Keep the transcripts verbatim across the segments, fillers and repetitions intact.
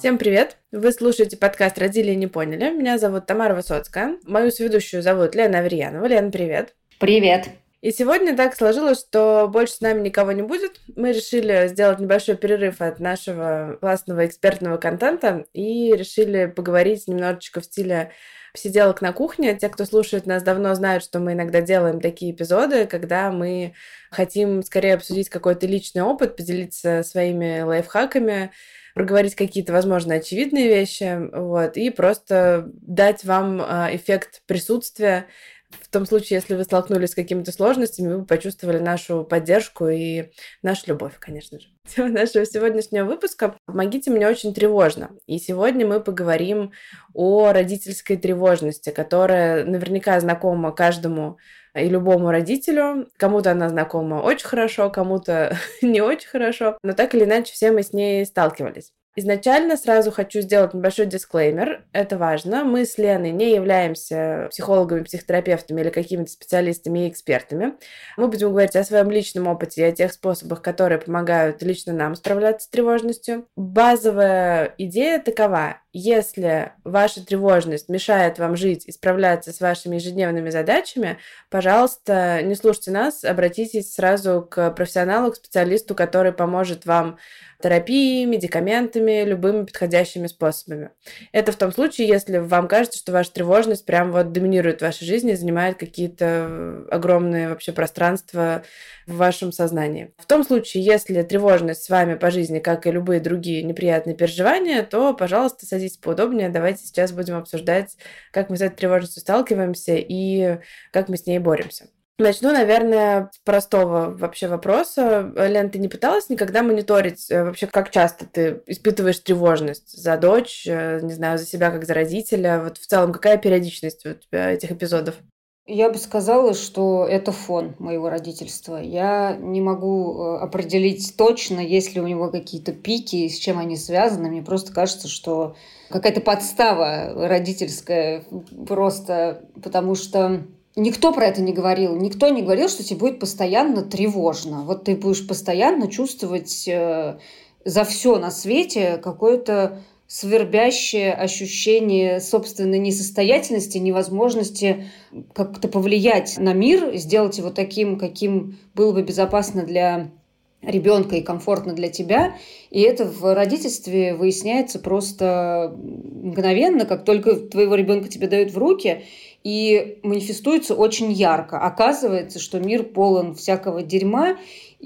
Всем привет! Вы слушаете подкаст «Родили и не поняли». Меня зовут Тамара Высоцкая. Мою соведущую зовут Лена Аверьянова. Лена, привет! Привет! И сегодня так сложилось, что больше с нами никого не будет. Мы решили сделать небольшой перерыв от нашего классного экспертного контента и решили поговорить немножечко в стиле посиделок на кухне. Те, кто слушает нас давно, знают, что мы иногда делаем такие эпизоды, когда мы хотим скорее обсудить какой-то личный опыт, поделиться своими лайфхаками, проговорить какие-то, возможно, очевидные вещи, вот, и просто дать вам эффект присутствия. В том случае, если вы столкнулись с какими-то сложностями, вы почувствовали нашу поддержку и нашу любовь, конечно же. Тема нашего сегодняшнего выпуска «Помогите, мне очень тревожно». И сегодня мы поговорим о родительской тревожности, которая наверняка знакома каждому и любому родителю. Кому-то она знакома очень хорошо, кому-то не очень хорошо, но так или иначе все мы с ней сталкивались. Изначально сразу хочу сделать небольшой дисклеймер. Это важно. Мы с Леной не являемся психологами, психотерапевтами или какими-то специалистами и экспертами. Мы будем говорить о своем личном опыте и о тех способах, которые помогают лично нам справляться с тревожностью. Базовая идея такова. Если ваша тревожность мешает вам жить и справляться с вашими ежедневными задачами, пожалуйста, не слушайте нас, обратитесь сразу к профессионалу, к специалисту, который поможет вам терапией, медикаментами, любыми подходящими способами. Это в том случае, если вам кажется, что ваша тревожность прям вот доминирует в вашей жизни и занимает какие-то огромные вообще пространства в вашем сознании. В том случае, если тревожность с вами по жизни, как и любые другие неприятные переживания, то, пожалуйста, садитесь поудобнее. Давайте сейчас будем обсуждать, как мы с этой тревожностью сталкиваемся и как мы с ней боремся. Начну, наверное, с простого вообще вопроса. Лен, ты не пыталась никогда мониторить вообще, как часто ты испытываешь тревожность за дочь, не знаю, за себя как за родителя? Вот в целом, какая периодичность у тебя этих эпизодов? Я бы сказала, что это фон моего родительства. Я не могу определить точно, есть ли у него какие-то пики, с чем они связаны. Мне просто кажется, что какая-то подстава родительская просто, потому что никто про это не говорил. Никто не говорил, что тебе будет постоянно тревожно. Вот ты будешь постоянно чувствовать э, за все на свете какое-то свербящее ощущение собственной несостоятельности, невозможности как-то повлиять на мир, сделать его таким, каким было бы безопасно для ребенка и комфортно для тебя. И это в родительстве выясняется просто мгновенно, как только твоего ребенка тебе дают в руки, и манифестуется очень ярко. Оказывается, что мир полон всякого дерьма,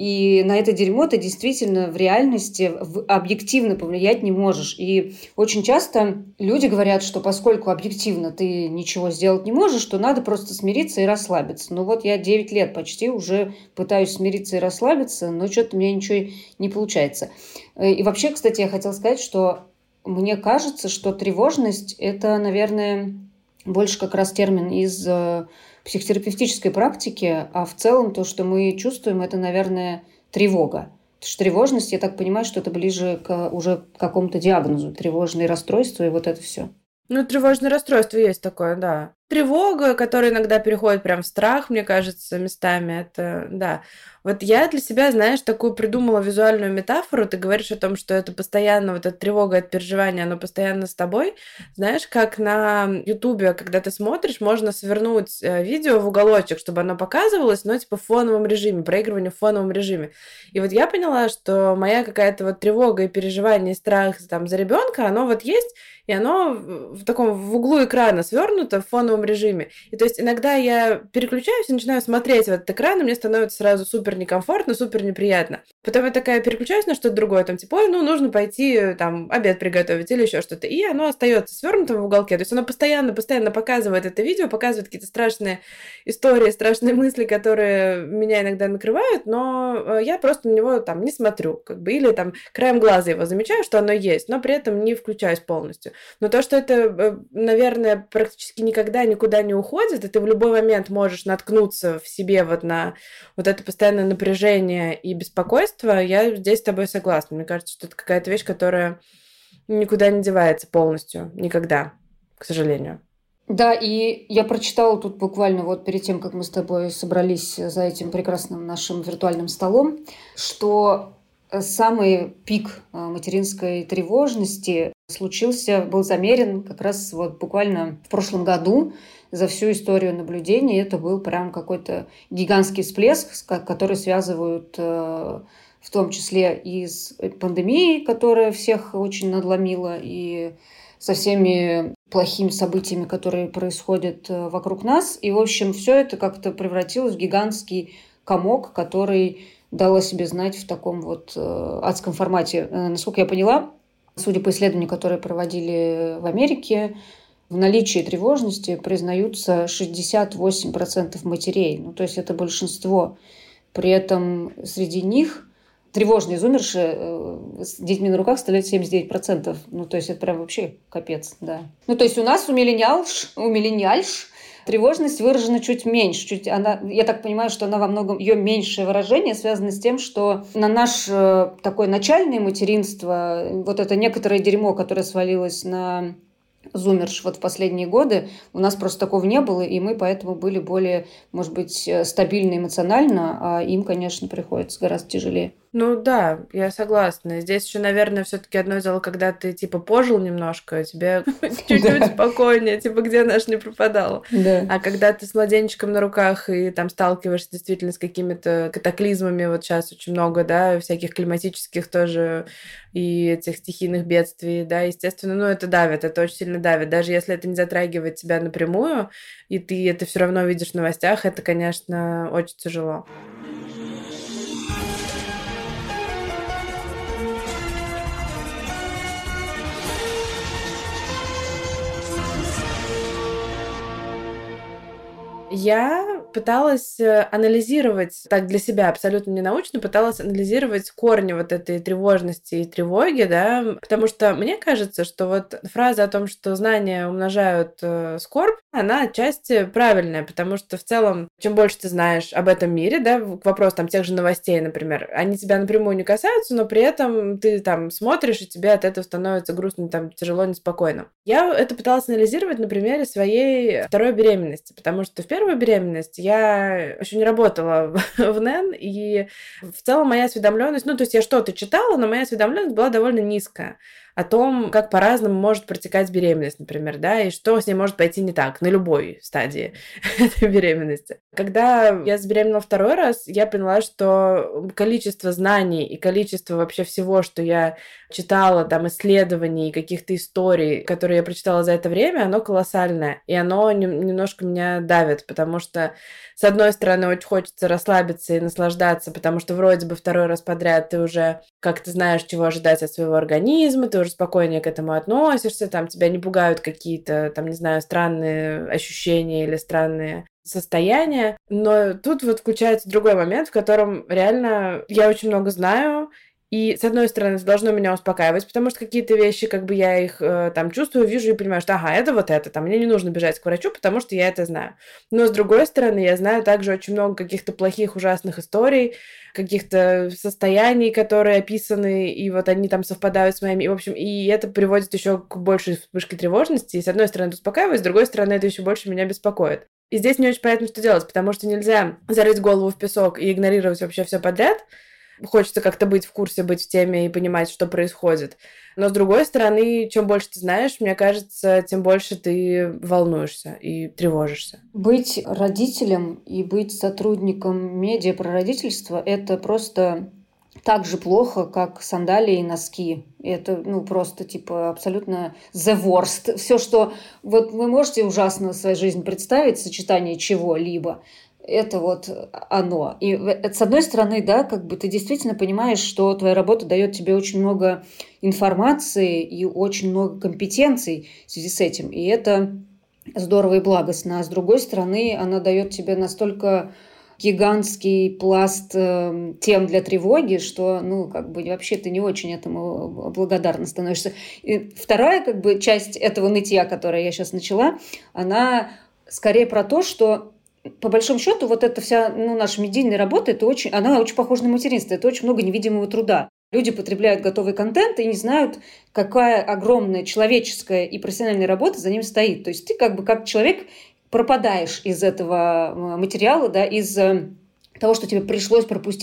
и на это дерьмо ты действительно в реальности объективно повлиять не можешь. И очень часто люди говорят, что поскольку объективно ты ничего сделать не можешь, то надо просто смириться и расслабиться. Ну вот я девять лет почти уже пытаюсь смириться и расслабиться, но что-то у меня ничего не получается. И вообще, кстати, я хотела сказать, что мне кажется, что тревожность – это, наверное, больше как раз термин из психотерапевтической практики, а в целом то, что мы чувствуем, это, наверное, тревога. Потому что тревожность, я так понимаю, что это ближе к уже к какому-то диагнозу, тревожные расстройства и вот это все. Ну, тревожное расстройство есть такое, да. Тревога, которая иногда переходит прям в страх, мне кажется, местами, это, да. Вот я для себя, знаешь, такую придумала визуальную метафору. Ты говоришь о том, что это постоянно, вот эта тревога, это переживание, оно постоянно с тобой. Знаешь, как на Ютубе, когда ты смотришь, можно свернуть видео в уголочек, чтобы оно показывалось, но типа в фоновом режиме, проигрывание в фоновом режиме. И вот я поняла, что моя какая-то вот тревога и переживание, и страх там за ребенка, оно вот есть, и оно в таком в углу экрана свернуто в фоновом режиме. И то есть иногда я переключаюсь и начинаю смотреть в этот экран, и мне становится сразу супер некомфортно, супер неприятно. Потом я такая переключаюсь на что-то другое, там типа, ой, ну нужно пойти там обед приготовить или еще что-то. И оно остается свернутым в уголке. То есть оно постоянно, постоянно показывает это видео, показывает какие-то страшные истории, страшные мысли, которые меня иногда накрывают, но я просто на него там не смотрю, как бы, или там краем глаза его замечаю, что оно есть, но при этом не включаюсь полностью. Но то, что это, наверное, практически никогда никуда не уходит, и ты в любой момент можешь наткнуться в себе вот на вот это постоянное напряжение и беспокойство, я здесь с тобой согласна. Мне кажется, что это какая-то вещь, которая никуда не девается полностью, никогда, к сожалению. Да, и я прочитала тут буквально вот перед тем, как мы с тобой собрались за этим прекрасным нашим виртуальным столом, что самый пик материнской тревожности случился, был замерен как раз вот буквально в прошлом году за всю историю наблюдений. Это был прям какой-то гигантский всплеск, который связывают э, в том числе и с пандемией, которая всех очень надломила, и со всеми плохими событиями, которые происходят вокруг нас. И, в общем, все это как-то превратилось в гигантский комок, который дал о себе знать в таком вот э, адском формате. Э, насколько я поняла, судя по исследованию, которое проводили в Америке, в наличии тревожности признаются шестьдесят восемь процентов матерей. Ну, то есть это большинство. При этом среди них тревожные зумерши э, с детьми на руках составляют семьдесят девять процентов. Ну, то есть это прям вообще капец, да. Ну, то есть у нас, у миллениалш, у миллениальш тревожность выражена чуть меньше. Чуть она, я так понимаю, что она во многом, ее меньшее выражение связано с тем, что на наше такое начальное материнство, вот это некоторое дерьмо, которое свалилось на зумерш вот в последние годы, у нас просто такого не было, и мы поэтому были более, может быть, стабильны эмоционально, а им, конечно, приходится гораздо тяжелее. Ну да, я согласна. Здесь еще, наверное, все-таки одно дело, когда ты типа пожил немножко, тебе чуть-чуть спокойнее, типа где наш не пропадал. А когда ты с младенчиком на руках и там сталкиваешься действительно с какими-то катаклизмами, вот сейчас очень много, да, всяких климатических тоже и этих стихийных бедствий, да, естественно, ну это давит, это очень сильно давит. Даже если это не затрагивает тебя напрямую, и ты это все равно видишь в новостях, это, конечно, очень тяжело. Я пыталась анализировать, так для себя абсолютно не научно, пыталась анализировать корни вот этой тревожности и тревоги, да, потому что мне кажется, что вот фраза о том, что знания умножают э, скорбь, она отчасти правильная, потому что в целом, чем больше ты знаешь об этом мире, да, вопрос там тех же новостей, например, они тебя напрямую не касаются, но при этом ты там смотришь, и тебе от этого становится грустно, там, тяжело, неспокойно. Я это пыталась анализировать на примере своей второй беременности, потому что в первую беременность я еще не работала в эн эн, и в целом моя осведомленность, ну, то есть я что-то читала, но моя осведомленность была довольно низкая о том, как по-разному может протекать беременность, например, да, и что с ней может пойти не так на любой стадии этой беременности. Когда я забеременела второй раз, я поняла, что количество знаний и количество вообще всего, что я читала, там, исследований, каких-то историй, которые я прочитала за это время, оно колоссальное, и оно немножко меня давит, потому что, с одной стороны, очень хочется расслабиться и наслаждаться, потому что вроде бы второй раз подряд ты уже как-то знаешь, чего ожидать от своего организма, ты уже спокойнее к этому относишься, там тебя не пугают какие-то, там, не знаю, странные ощущения или странные состояния. Но тут вот включается другой момент, в котором реально я очень много знаю, и, с одной стороны, это должно меня успокаивать, потому что какие-то вещи, как бы я их э, там чувствую, вижу и понимаю, что ага, это вот это, там, мне не нужно бежать к врачу, потому что я это знаю. Но, с другой стороны, я знаю также очень много каких-то плохих, ужасных историй, каких-то состояний, которые описаны, и вот они там совпадают с моими, и, в общем, и это приводит еще к большей вспышке тревожности, и, с одной стороны, это успокаивает, с другой стороны, это еще больше меня беспокоит. И здесь не очень понятно, что делать, потому что нельзя зарыть голову в песок и игнорировать вообще все подряд. Хочется как-то быть в курсе, быть в теме и понимать, что происходит. Но, с другой стороны, чем больше ты знаешь, мне кажется, тем больше ты волнуешься и тревожишься. Быть родителем и быть сотрудником медиа про родительство – это просто так же плохо, как сандалии и носки. Это, ну, просто, типа, абсолютно the worst. Все, что... Вот вы можете ужасно в своей жизни представить сочетание чего-либо, это вот оно. И с одной стороны, да, как бы ты действительно понимаешь, что твоя работа дает тебе очень много информации и очень много компетенций в связи с этим. И это здорово и благостно. А с другой стороны, она дает тебе настолько гигантский пласт э, тем для тревоги, что, ну, как бы вообще ты не очень этому благодарна становишься. И вторая, как бы, часть этого нытья, которое я сейчас начала, она скорее про то, что по большому счету, вот эта вся, ну, наша медийная работа, это очень, она очень похожа на материнство, это очень много невидимого труда. Люди потребляют готовый контент и не знают, какая огромная человеческая и профессиональная работа за ним стоит. То есть ты как бы как человек пропадаешь из этого материала, да, из того, что тебе пришлось пропустить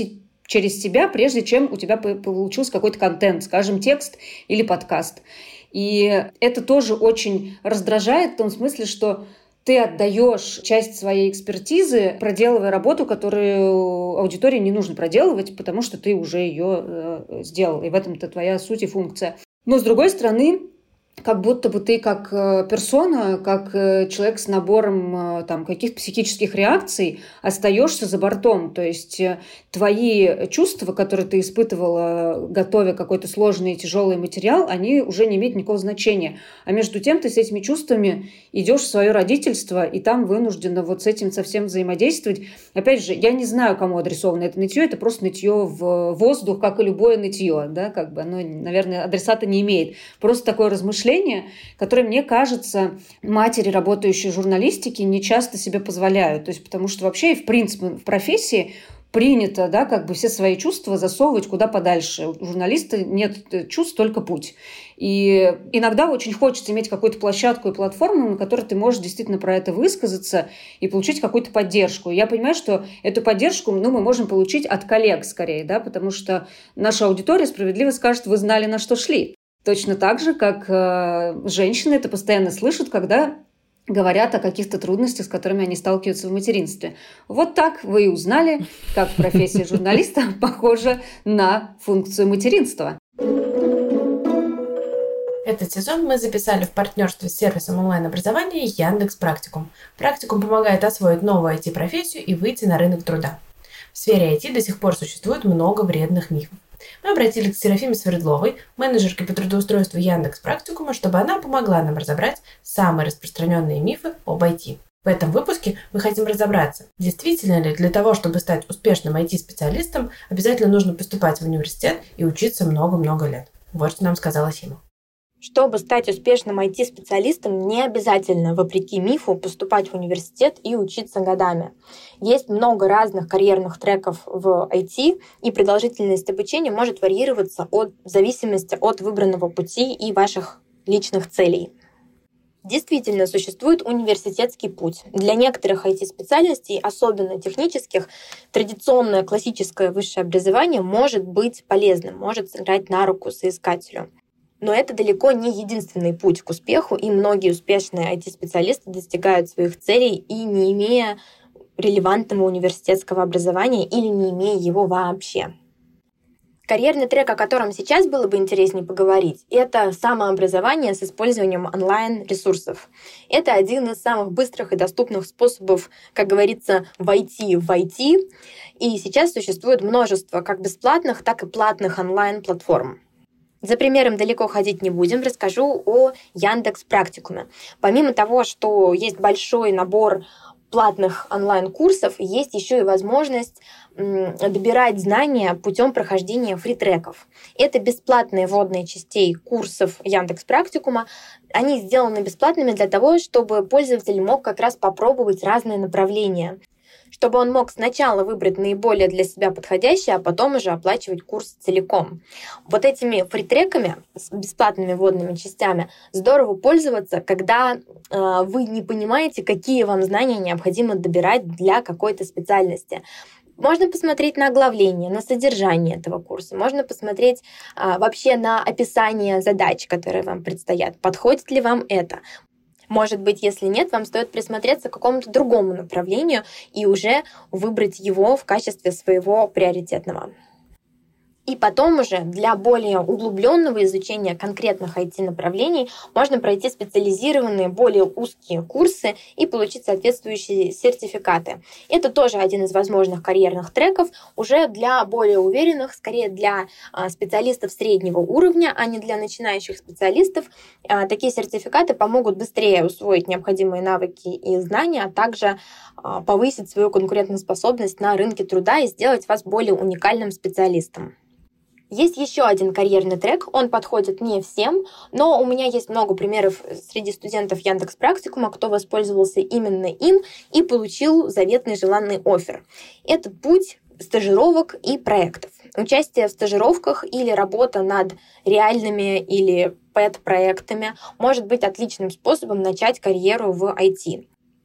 через тебя, прежде чем у тебя получился какой-то контент, скажем, текст или подкаст. И это тоже очень раздражает в том смысле, что ты отдаешь часть своей экспертизы, проделывая работу, которую аудитории не нужно проделывать, потому что ты уже ее э, сделал. И в этом-то твоя суть и функция. Но, с другой стороны, как будто бы ты как персона, как человек с набором там, каких-то психических реакций остаешься за бортом. То есть твои чувства, которые ты испытывала, готовя какой-то сложный и тяжелый материал, они уже не имеют никакого значения. А между тем ты с этими чувствами идешь в свое родительство, и там вынуждена вот с этим совсем взаимодействовать. Опять же, я не знаю, кому адресовано это нытье, это просто нытье в воздух, как и любое нытье. Да? Как бы оно, наверное, адресата не имеет. Просто такое размышление, которые, мне кажется, матери, работающие в журналистике, не часто себе позволяют. То есть, потому что вообще, и в принципе, в профессии принято, да, как бы все свои чувства засовывать куда подальше. У журналиста нет чувств, только путь. И иногда очень хочется иметь какую-то площадку и платформу, на которой ты можешь действительно про это высказаться и получить какую-то поддержку. Я понимаю, что эту поддержку, ну, мы можем получить от коллег скорее, да, потому что наша аудитория справедливо скажет: вы знали, на что шли. Точно так же, как э, женщины это постоянно слышат, когда говорят о каких-то трудностях, с которыми они сталкиваются в материнстве. Вот так вы и узнали, как профессия журналиста похожа на функцию материнства. Этот сезон мы записали в партнерстве с сервисом онлайн-образования Яндекс Практикум. Практикум помогает освоить новую ай ти-профессию и выйти на рынок труда. В сфере ай ти до сих пор существует много вредных мифов. Мы обратились к Серафиме Свердловой, менеджерке по трудоустройству Яндекс Практикума, чтобы она помогла нам разобрать самые распространенные мифы об ай ти. В этом выпуске мы хотим разобраться, действительно ли для того, чтобы стать успешным ай ти-специалистом, обязательно нужно поступать в университет и учиться много-много лет. Вот что нам сказала Сима. Чтобы стать успешным ай ти-специалистом, не обязательно, вопреки мифу, поступать в университет и учиться годами. Есть много разных карьерных треков в ай ти, и продолжительность обучения может варьироваться от, в зависимости от выбранного пути и ваших личных целей. Действительно, существует университетский путь. Для некоторых ай ти-специальностей, особенно технических, традиционное классическое высшее образование может быть полезным, может сыграть на руку соискателю. Но это далеко не единственный путь к успеху, и многие успешные ай ти-специалисты достигают своих целей и не имея релевантного университетского образования или не имея его вообще. Карьерный трек, о котором сейчас было бы интереснее поговорить, это самообразование с использованием онлайн-ресурсов. Это один из самых быстрых и доступных способов, как говорится, войти в ай ти, и сейчас существует множество как бесплатных, так и платных онлайн-платформ. За примером далеко ходить не будем, расскажу о Яндекс Практикуме. Помимо того, что есть большой набор платных онлайн-курсов, есть еще и возможность добирать знания путем прохождения фри-треков. Это бесплатные вводные частей курсов Яндекс Практикума. Они сделаны бесплатными для того, чтобы пользователь мог как раз попробовать разные направления, чтобы он мог сначала выбрать наиболее для себя подходящее, а потом уже оплачивать курс целиком. Вот этими фри-треками с бесплатными вводными частями здорово пользоваться, когда э, вы не понимаете, какие вам знания необходимо добирать для какой-то специальности. Можно посмотреть на оглавление, на содержание этого курса, можно посмотреть а, вообще на описание задач, которые вам предстоят. Подходит ли вам это? Может быть, если нет, вам стоит присмотреться к какому-то другому направлению и уже выбрать его в качестве своего приоритетного. И потом уже для более углубленного изучения конкретных ай ти-направлений можно пройти специализированные, более узкие курсы и получить соответствующие сертификаты. Это тоже один из возможных карьерных треков уже для более уверенных, скорее для специалистов среднего уровня, а не для начинающих специалистов. Такие сертификаты помогут быстрее усвоить необходимые навыки и знания, а также повысить свою конкурентоспособность на рынке труда и сделать вас более уникальным специалистом. Есть еще один карьерный трек, он подходит не всем, но у меня есть много примеров среди студентов Яндекс Практикума, кто воспользовался именно им и получил заветный желанный оффер. Это путь стажировок и проектов. Участие в стажировках или работа над реальными или пэт-проектами может быть отличным способом начать карьеру в ай ти.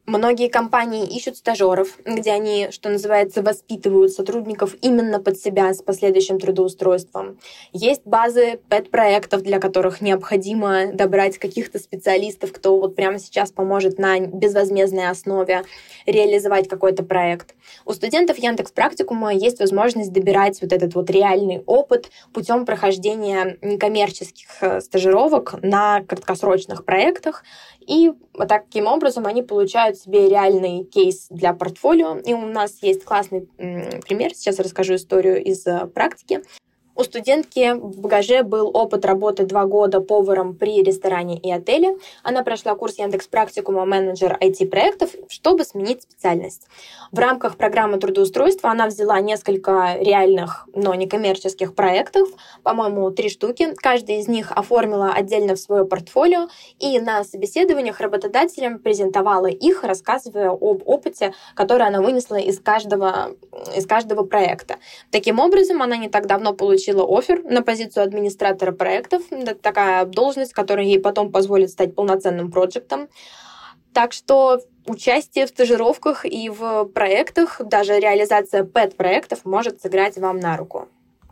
Многие компании ищут стажеров, где они, что называется, воспитывают сотрудников именно под себя с последующим трудоустройством. Есть базы пэт-проектов, для которых необходимо добрать каких-то специалистов, кто вот прямо сейчас поможет на безвозмездной основе реализовать какой-то проект. У студентов Яндекс.Практикума есть возможность добирать вот этот вот реальный опыт путем прохождения некоммерческих стажировок на краткосрочных проектах. И вот таким образом они получают себе реальный кейс для портфолио. И у нас есть классный м, пример. Сейчас расскажу историю из практики. У студентки в багаже был опыт работы два года поваром при ресторане и отеле. Она прошла курс Яндекс.Практикума менеджер ай ти-проектов, чтобы сменить специальность. В рамках программы трудоустройства она взяла несколько реальных, но некоммерческих проектов, по-моему, три штуки. Каждый из них оформила отдельно в свое портфолио и на собеседованиях работодателям презентовала их, рассказывая об опыте, который она вынесла из каждого, из каждого проекта. Таким образом, она не так давно получила оффер на позицию администратора проектов. Это такая должность, которая ей потом позволит стать полноценным проектом. Так что участие в стажировках и в проектах, даже реализация пэт-проектов может сыграть вам на руку.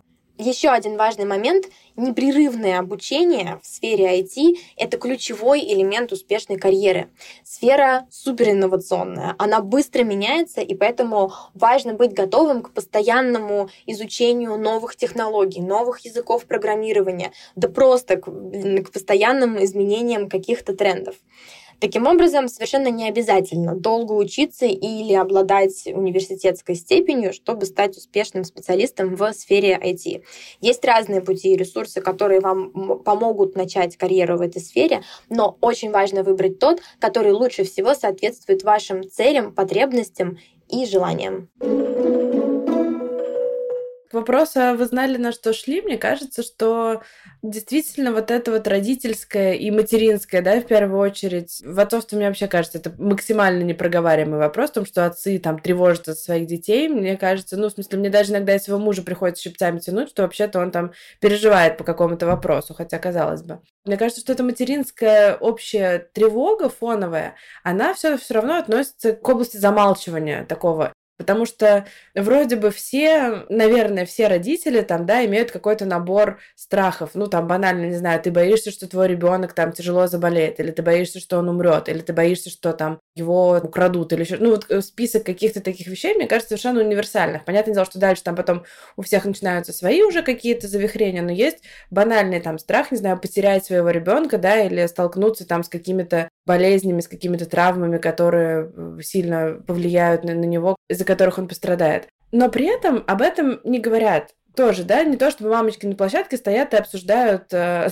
Еще один важный момент – непрерывное обучение в сфере ай ти – это ключевой элемент успешной карьеры. Сфера суперинновационная, она быстро меняется, и поэтому важно быть готовым к постоянному изучению новых технологий, новых языков программирования, да просто к, к постоянным изменениям каких-то трендов. Таким образом, совершенно не обязательно долго учиться или обладать университетской степенью, чтобы стать успешным специалистом в сфере ай ти. Есть разные пути и ресурсы, которые вам помогут начать карьеру в этой сфере, но очень важно выбрать тот, который лучше всего соответствует вашим целям, потребностям и желаниям. К вопросу, а вы знали, на что шли? Мне кажется, что действительно вот это вот родительское и материнское, да, в первую очередь. В отцовстве, мне вообще кажется, это максимально непроговариваемый вопрос, в том, что отцы там тревожатся за своих детей. Мне кажется, ну, в смысле, мне даже иногда своего мужа приходится щипцами тянуть, что вообще-то он там переживает по какому-то вопросу, хотя казалось бы. Мне кажется, что эта материнская общая тревога фоновая, она все все равно относится к области замалчивания такого. Потому что вроде бы все, наверное, все родители там, да, имеют какой-то набор страхов. Ну, там, банально, не знаю, ты боишься, что твой ребенок там тяжело заболеет, или ты боишься, что он умрет, или ты боишься, что там его украдут, или еще... Ну, вот список каких-то таких вещей, мне кажется, совершенно универсальных. Понятное дело, что дальше там потом у всех начинаются свои уже какие-то завихрения, но есть банальный там страх, не знаю, потерять своего ребенка, да, или столкнуться там с какими-то болезнями, с какими-то травмами, которые сильно повлияют на, на него, из-за которых он пострадает. Но при этом об этом не говорят. Тоже, да, не то, чтобы мамочки на площадке стоят и обсуждают, э,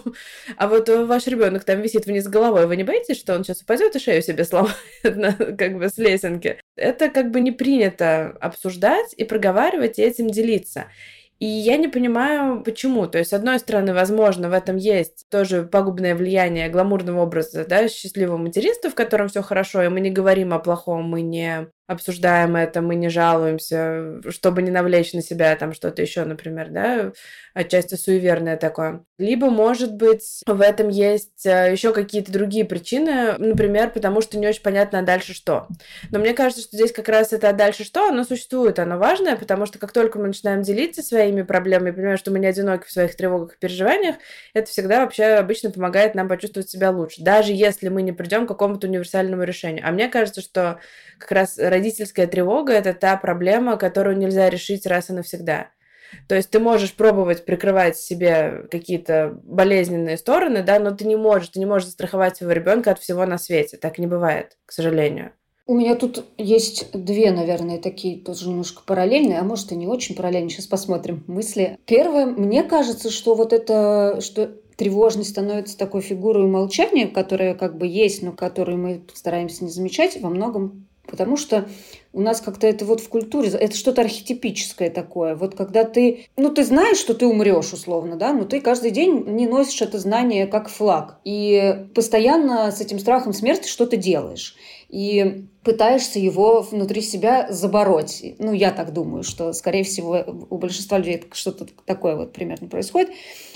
а вот ваш ребенок там висит вниз головой, вы не боитесь, что он сейчас упадет и шею себе сломает, как бы с лесенки? Это как бы не принято обсуждать и проговаривать, и этим делиться. И я не понимаю, почему. То есть, с одной стороны, возможно, в этом есть тоже пагубное влияние гламурного образа, да, счастливого материнства, в котором все хорошо, и мы не говорим о плохом, мы не обсуждаем это, мы не жалуемся, чтобы не навлечь на себя там что-то еще, например, да, отчасти суеверное такое. Либо, может быть, в этом есть еще какие-то другие причины, например, потому что не очень понятно, а дальше что. Но мне кажется, что здесь как раз это «а дальше что», оно существует, оно важное, потому что как только мы начинаем делиться своими проблемами, понимаем, что мы не одиноки в своих тревогах и переживаниях, это всегда вообще обычно помогает нам почувствовать себя лучше, даже если мы не придем к какому-то универсальному решению. А мне кажется, что как раз родительская тревога – это та проблема, которую нельзя решить раз и навсегда. То есть ты можешь пробовать прикрывать себе какие-то болезненные стороны, да, но ты не можешь, ты не можешь застраховать своего ребенка от всего на свете. Так не бывает, к сожалению. У меня тут есть две, наверное, такие тоже немножко параллельные, а может и не очень параллельные. Сейчас посмотрим мысли. Первое, мне кажется, что вот это, что тревожность становится такой фигурой умолчания, которая как бы есть, но которую мы стараемся не замечать во многом. Потому что у нас как-то это вот в культуре, это что-то архетипическое такое. Вот когда ты, ну ты знаешь, что ты умрешь условно, да, но ты каждый день не носишь это знание как флаг. И постоянно с этим страхом смерти что-то делаешь. И пытаешься его внутри себя забороть. Ну, я так думаю, что, скорее всего, у большинства людей что-то такое вот примерно происходит.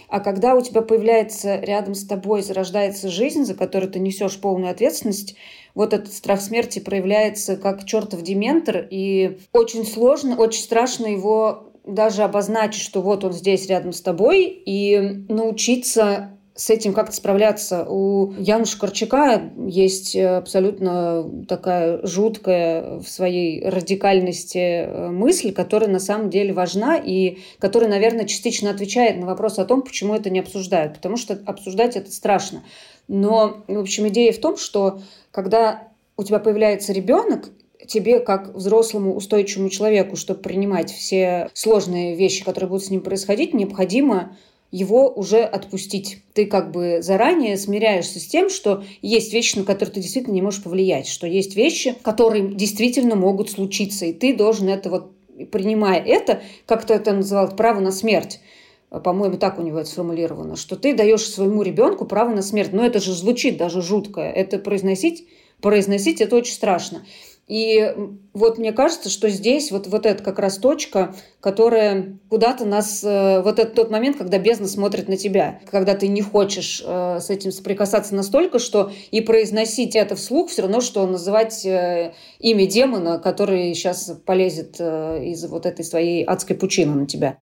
А когда у тебя появляется рядом с тобой, зарождается жизнь, за которую ты несешь полную ответственность, вот этот страх смерти проявляется как чертов дементор, и очень сложно, очень страшно его даже обозначить, что вот он здесь рядом с тобой, и научиться с этим как-то справляться. У Януша Корчака есть абсолютно такая жуткая в своей радикальности мысль, которая на самом деле важна и которая, наверное, частично отвечает на вопрос о том, почему это не обсуждают. Потому что обсуждать это страшно. Но, в общем, идея в том, что когда у тебя появляется ребенок, тебе, как взрослому устойчивому человеку, чтобы принимать все сложные вещи, которые будут с ним происходить, необходимо его уже отпустить. Ты как бы заранее смиряешься с тем, что есть вещи, на которые ты действительно не можешь повлиять, что есть вещи, которые действительно могут случиться, и ты должен это вот, принимая это, как-то это называл, право на смерть. По-моему, так у него это сформулировано, что ты даешь своему ребенку право на смерть. Но это же звучит даже жутко. Это произносить, произносить это очень страшно. И вот мне кажется, что здесь вот, вот это как раз точка, которая куда-то нас... Вот это тот момент, когда бездна смотрит на тебя, когда ты не хочешь с этим соприкасаться настолько, что и произносить это вслух все равно, что называть имя демона, который сейчас полезет из вот этой своей адской пучины на тебя.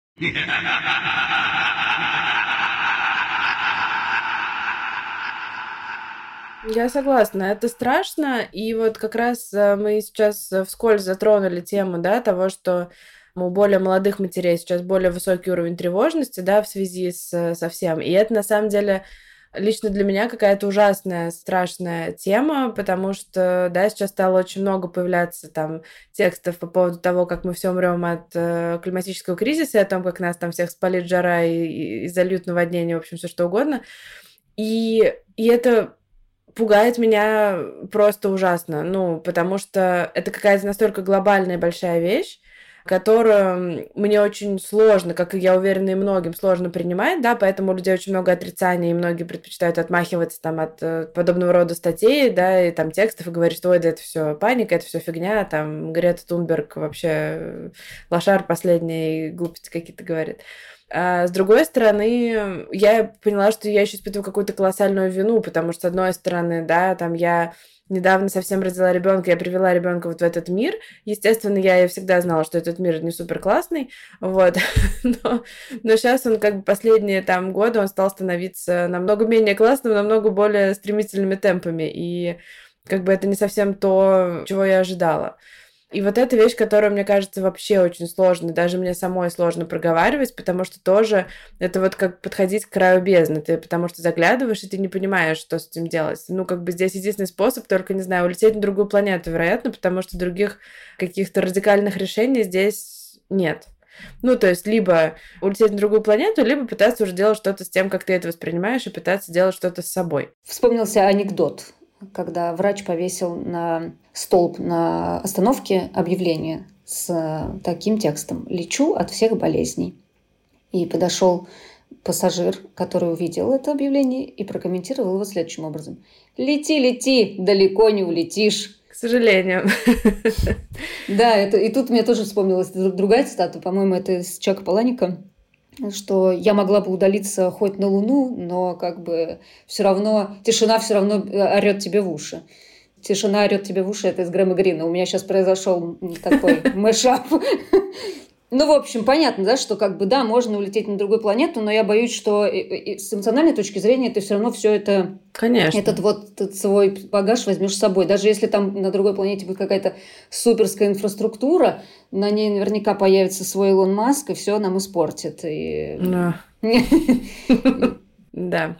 Я согласна, это страшно, и вот как раз мы сейчас вскользь затронули тему, да, того, что у более молодых матерей сейчас более высокий уровень тревожности, да, в связи с, со всем, и это на самом деле лично для меня какая-то ужасная, страшная тема, потому что, да, сейчас стало очень много появляться там текстов по поводу того, как мы все умрем от э, климатического кризиса, и о том, как нас там всех спалит жара и, и, и зальют наводнение, в общем, все что угодно, и, и это пугает меня просто ужасно, ну, потому что это какая-то настолько глобальная большая вещь, которую мне очень сложно, как и я уверена, и многим сложно принимать, да, поэтому у людей очень много отрицания, и многие предпочитают отмахиваться там от э, подобного рода статей, да, и там текстов, и говорить, что ой, да это все паника, это все фигня, там Грета Тунберг вообще лошар последний, глупости какие-то говорит. А с другой стороны, я поняла, что я еще испытываю какую-то колоссальную вину, потому что, с одной стороны, да, там я недавно совсем родила ребенка, я привела ребенка вот в этот мир. Естественно, я и всегда знала, что этот мир не супер классный, вот. но, но сейчас он как бы последние там годы он стал становиться намного менее классным, намного более стремительными темпами, и как бы это не совсем то, чего я ожидала. И вот эта вещь, которая, мне кажется, вообще очень сложная, даже мне самой сложно проговаривать, потому что тоже это вот как подходить к краю бездны, ты потому что заглядываешь, и ты не понимаешь, что с этим делать. Ну, как бы здесь единственный способ, только, не знаю, улететь на другую планету, вероятно, потому что других каких-то радикальных решений здесь нет. Ну, то есть, либо улететь на другую планету, либо пытаться уже делать что-то с тем, как ты это воспринимаешь, и пытаться делать что-то с собой. Вспомнился анекдот, когда врач повесил на столб на остановке объявление с таким текстом «Лечу от всех болезней». И подошел пассажир, который увидел это объявление и прокомментировал его следующим образом. «Лети, лети, далеко не улетишь». К сожалению. Да, это, и тут мне тоже вспомнилась другая цитата, по-моему, это из Чака Паланика, что я могла бы удалиться хоть на Луну, но как бы все равно, тишина все равно орет тебе в уши. Тишина орет тебе в уши, это из Грэма Грина. У меня сейчас произошел такой мэшап. Ну, в общем, понятно, да, что как бы, да, можно улететь на другую планету, но я боюсь, что с эмоциональной точки зрения ты все равно все это, конечно, этот вот этот свой багаж возьмешь с собой. Даже если там на другой планете будет какая-то суперская инфраструктура, на ней наверняка появится свой Илон Маск, и все нам испортит. И... Да.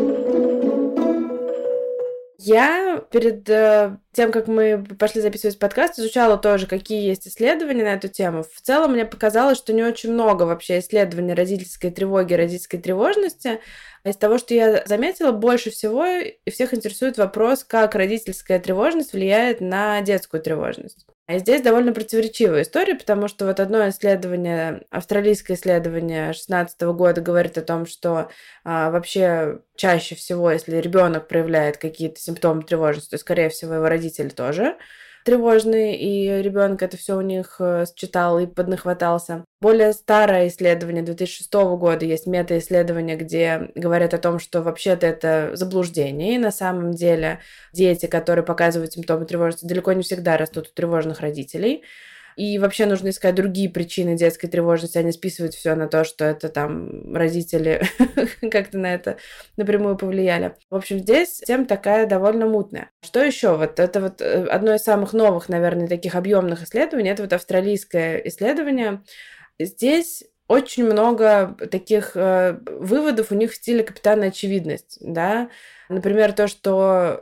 Я перед э, тем, как мы пошли записывать подкаст, изучала тоже, какие есть исследования на эту тему. В целом мне показалось, что не очень много вообще исследований родительской тревоги, родительской тревожности. А из того, что я заметила, больше всего всех интересует вопрос, как родительская тревожность влияет на детскую тревожность. И здесь довольно противоречивая история, потому что вот одно исследование, австралийское исследование две тысячи шестнадцатого года говорит о том, что а, вообще чаще всего, если ребенок проявляет какие-то симптомы тревожности, то, скорее всего, его родители тоже. тревожный, и ребенок это все у них считал и поднахватался. Более старое исследование две тысячи шестого года, есть мета-исследование, где говорят о том, что вообще-то это заблуждение, и на самом деле дети, которые показывают симптомы тревожности, далеко не всегда растут у тревожных родителей. И вообще нужно искать другие причины детской тревожности, а не списывать все на то, что это там родители как-то на это напрямую повлияли. В общем, здесь тема такая довольно мутная. Что еще? Вот это вот одно из самых новых, наверное, таких объемных исследований, это вот австралийское исследование. Здесь очень много таких э, выводов у них в стиле «Капитана Очевидность», да. Например, то, что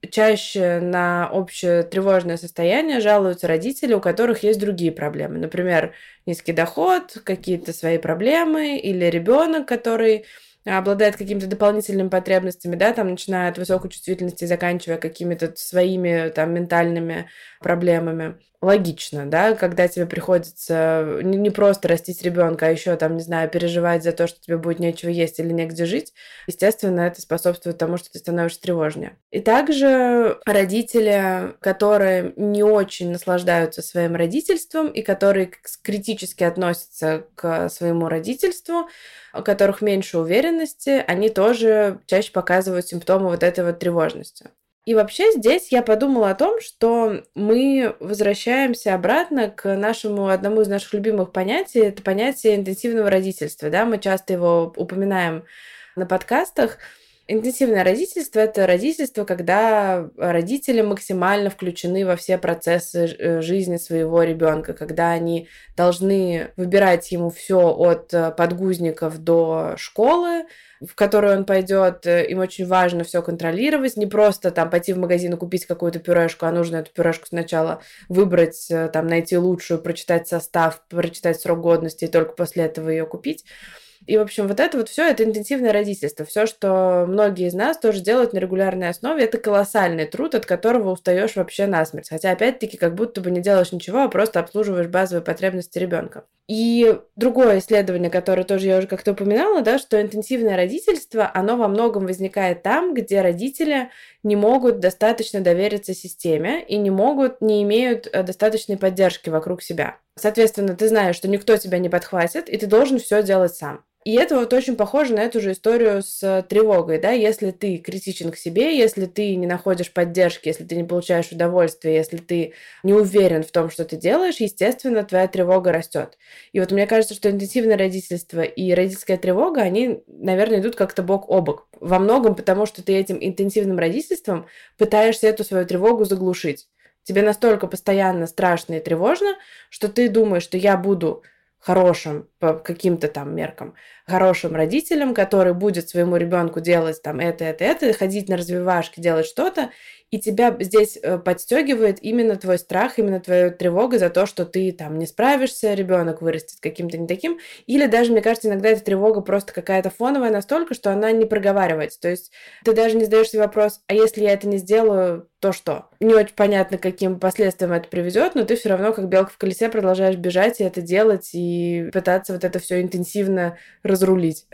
чаще на общее тревожное состояние жалуются родители, у которых есть другие проблемы. Например, низкий доход, какие-то свои проблемы, или ребенок, который обладает какими-то дополнительными потребностями, да, там, начиная от высокой чувствительности, заканчивая какими-то своими там ментальными проблемами. Логично, да, когда тебе приходится не просто растить ребенка, а еще там, не знаю, переживать за то, что тебе будет нечего есть или негде жить, естественно, это способствует тому, что ты становишься тревожнее. И также родители, которые не очень наслаждаются своим родительством и которые критически относятся к своему родительству, у которых меньше уверенности, они тоже чаще показывают симптомы вот этой вот тревожности. И вообще здесь я подумала о том, что мы возвращаемся обратно к нашему, одному из наших любимых понятий, это понятие интенсивного родительства. Да? Мы часто его упоминаем на подкастах. Интенсивное родительство – это родительство, когда родители максимально включены во все процессы жизни своего ребенка, когда они должны выбирать ему все от подгузников до школы, в которую он пойдет. Им очень важно все контролировать, не просто там пойти в магазин и купить какую-то пюрешку, а нужно эту пюрешку сначала выбрать, там найти лучшую, прочитать состав, прочитать срок годности и только после этого ее купить. И, в общем, вот это вот все это интенсивное родительство. Все, что многие из нас тоже делают на регулярной основе, это колоссальный труд, от которого устаешь вообще насмерть. Хотя, опять-таки, как будто бы не делаешь ничего, а просто обслуживаешь базовые потребности ребенка. И другое исследование, которое тоже я уже как-то упоминала, да, что интенсивное родительство, оно во многом возникает там, где родители не могут достаточно довериться системе и не могут, не имеют достаточной поддержки вокруг себя. Соответственно, ты знаешь, что никто тебя не подхватит, и ты должен все делать сам. И это вот очень похоже на эту же историю с тревогой, да, если ты критичен к себе, если ты не находишь поддержки, если ты не получаешь удовольствия, если ты не уверен в том, что ты делаешь, естественно, твоя тревога растет. И вот мне кажется, что интенсивное родительство и родительская тревога, они, наверное, идут как-то бок о бок. Во многом потому, что ты этим интенсивным родительством пытаешься эту свою тревогу заглушить. Тебе настолько постоянно страшно и тревожно, что ты думаешь, что я буду хорошим по каким-то там меркам, хорошим родителем, который будет своему ребенку делать там это, это, это, ходить на развивашки, делать что-то, и тебя здесь подстегивает именно твой страх, именно твоя тревога за то, что ты там не справишься, ребенок вырастет каким-то не таким, или даже, мне кажется, иногда эта тревога просто какая-то фоновая настолько, что она не проговаривается, то есть ты даже не задаешь себе вопрос, а если я это не сделаю, то что? Не очень понятно, к каким последствиям это приведет, но ты все равно, как белка в колесе, продолжаешь бежать и это делать, и пытаться вот это все интенсивно разрулить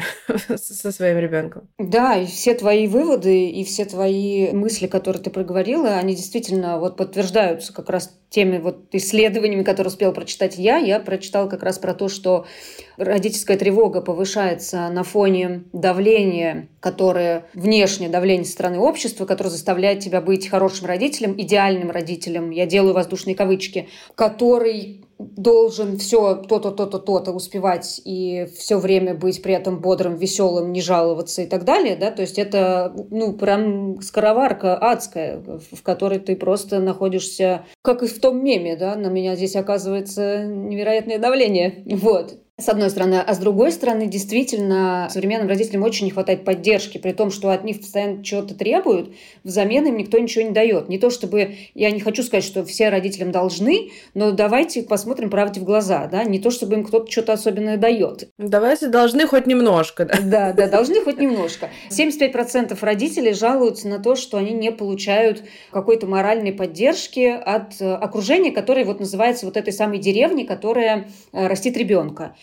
со своим ребенком. Да, и все твои выводы, и все твои мысли, которые ты проговорила, они действительно вот подтверждаются как раз теми вот исследованиями, которые успела прочитать я. Я прочитала как раз про то, что родительская тревога повышается на фоне давления, которое внешнее давление со стороны общества, которое заставляет тебя быть хорошим родителем, идеальным родителем, я делаю воздушные кавычки, который должен все то-то, то-то, то-то успевать и все время быть при этом бодрым, веселым, не жаловаться и так далее, да, то есть это, ну, прям скороварка адская, в которой ты просто находишься, как и в том меме, да, на меня здесь оказывается невероятное давление, вот. С одной стороны. А с другой стороны, действительно, современным родителям очень не хватает поддержки, при том, что от них постоянно чего-то требуют, взамен им никто ничего не дает. Не то чтобы, я не хочу сказать, что все родителям должны, но давайте посмотрим правде в глаза, да, не то чтобы им кто-то что-то особенное дает. Давайте должны хоть немножко, да? Да, да, должны хоть немножко. семьдесят пять процентов родителей жалуются на то, что они не получают какой-то моральной поддержки от окружения, которое вот называется вот этой самой деревней, которая растит ребенка.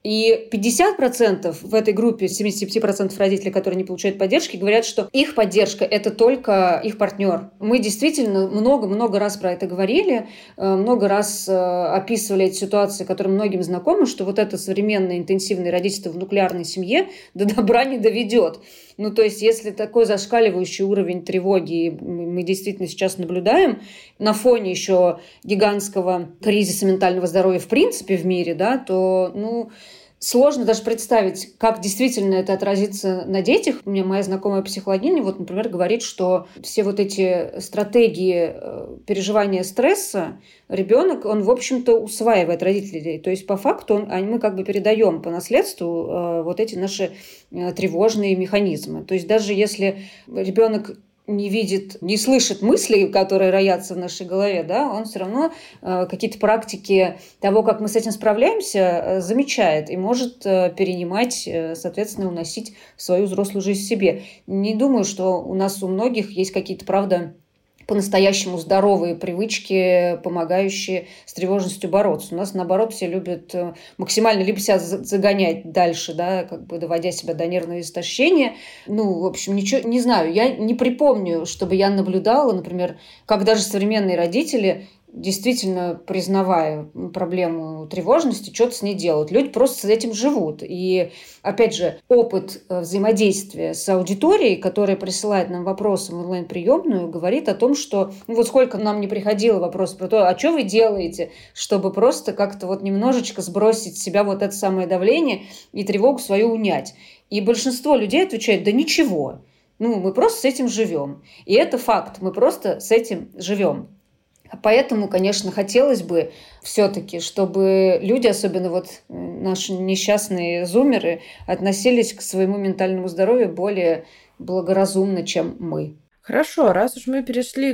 И пятьдесят процентов в этой группе, семьдесят пять процентов родителей, которые не получают поддержки, говорят, что их поддержка – это только их партнер. Мы действительно много-много раз про это говорили, много раз описывали эти ситуации, которые многим знакомы, что вот это современное интенсивное родительство в нуклеарной семье до добра не доведет. Ну, то есть, если такой зашкаливающий уровень тревоги мы действительно сейчас наблюдаем на фоне еще гигантского кризиса ментального здоровья в принципе в мире, да, то, ну, сложно даже представить, как действительно это отразится на детях. У меня моя знакомая психологиня, вот, например, говорит, что все вот эти стратегии переживания стресса ребенок, он, в общем-то, усваивает родителей. То есть, по факту, он, мы как бы передаем по наследству э, вот эти наши э, тревожные механизмы. То есть, даже если ребенок не видит, не слышит мыслей, которые роятся в нашей голове, да, он все равно э, какие-то практики того, как мы с этим справляемся, э, замечает и может э, перенимать, э, соответственно, уносить свою взрослую жизнь себе. Не думаю, что у нас у многих есть какие-то, правда, по-настоящему здоровые привычки, помогающие с тревожностью бороться. У нас, наоборот, все любят максимально либо себя загонять дальше, да, как бы доводя себя до нервного истощения. Ну, в общем, ничего не знаю. Я не припомню, чтобы я наблюдала, например, как даже современные родители, действительно признавая проблему тревожности, что-то с ней делают. Люди просто с этим живут. И, опять же, опыт взаимодействия с аудиторией, которая присылает нам вопросы в онлайн-приемную, говорит о том, что ну, вот сколько нам не приходило вопросов про то, а что вы делаете, чтобы просто как-то вот немножечко сбросить с себя вот это самое давление и тревогу свою унять. И большинство людей отвечает, да ничего, ну, мы просто с этим живем. И это факт, мы просто с этим живем. Поэтому, конечно, хотелось бы все-таки, чтобы люди, особенно вот наши несчастные зумеры, относились к своему ментальному здоровью более благоразумно, чем мы. Хорошо, раз уж мы перешли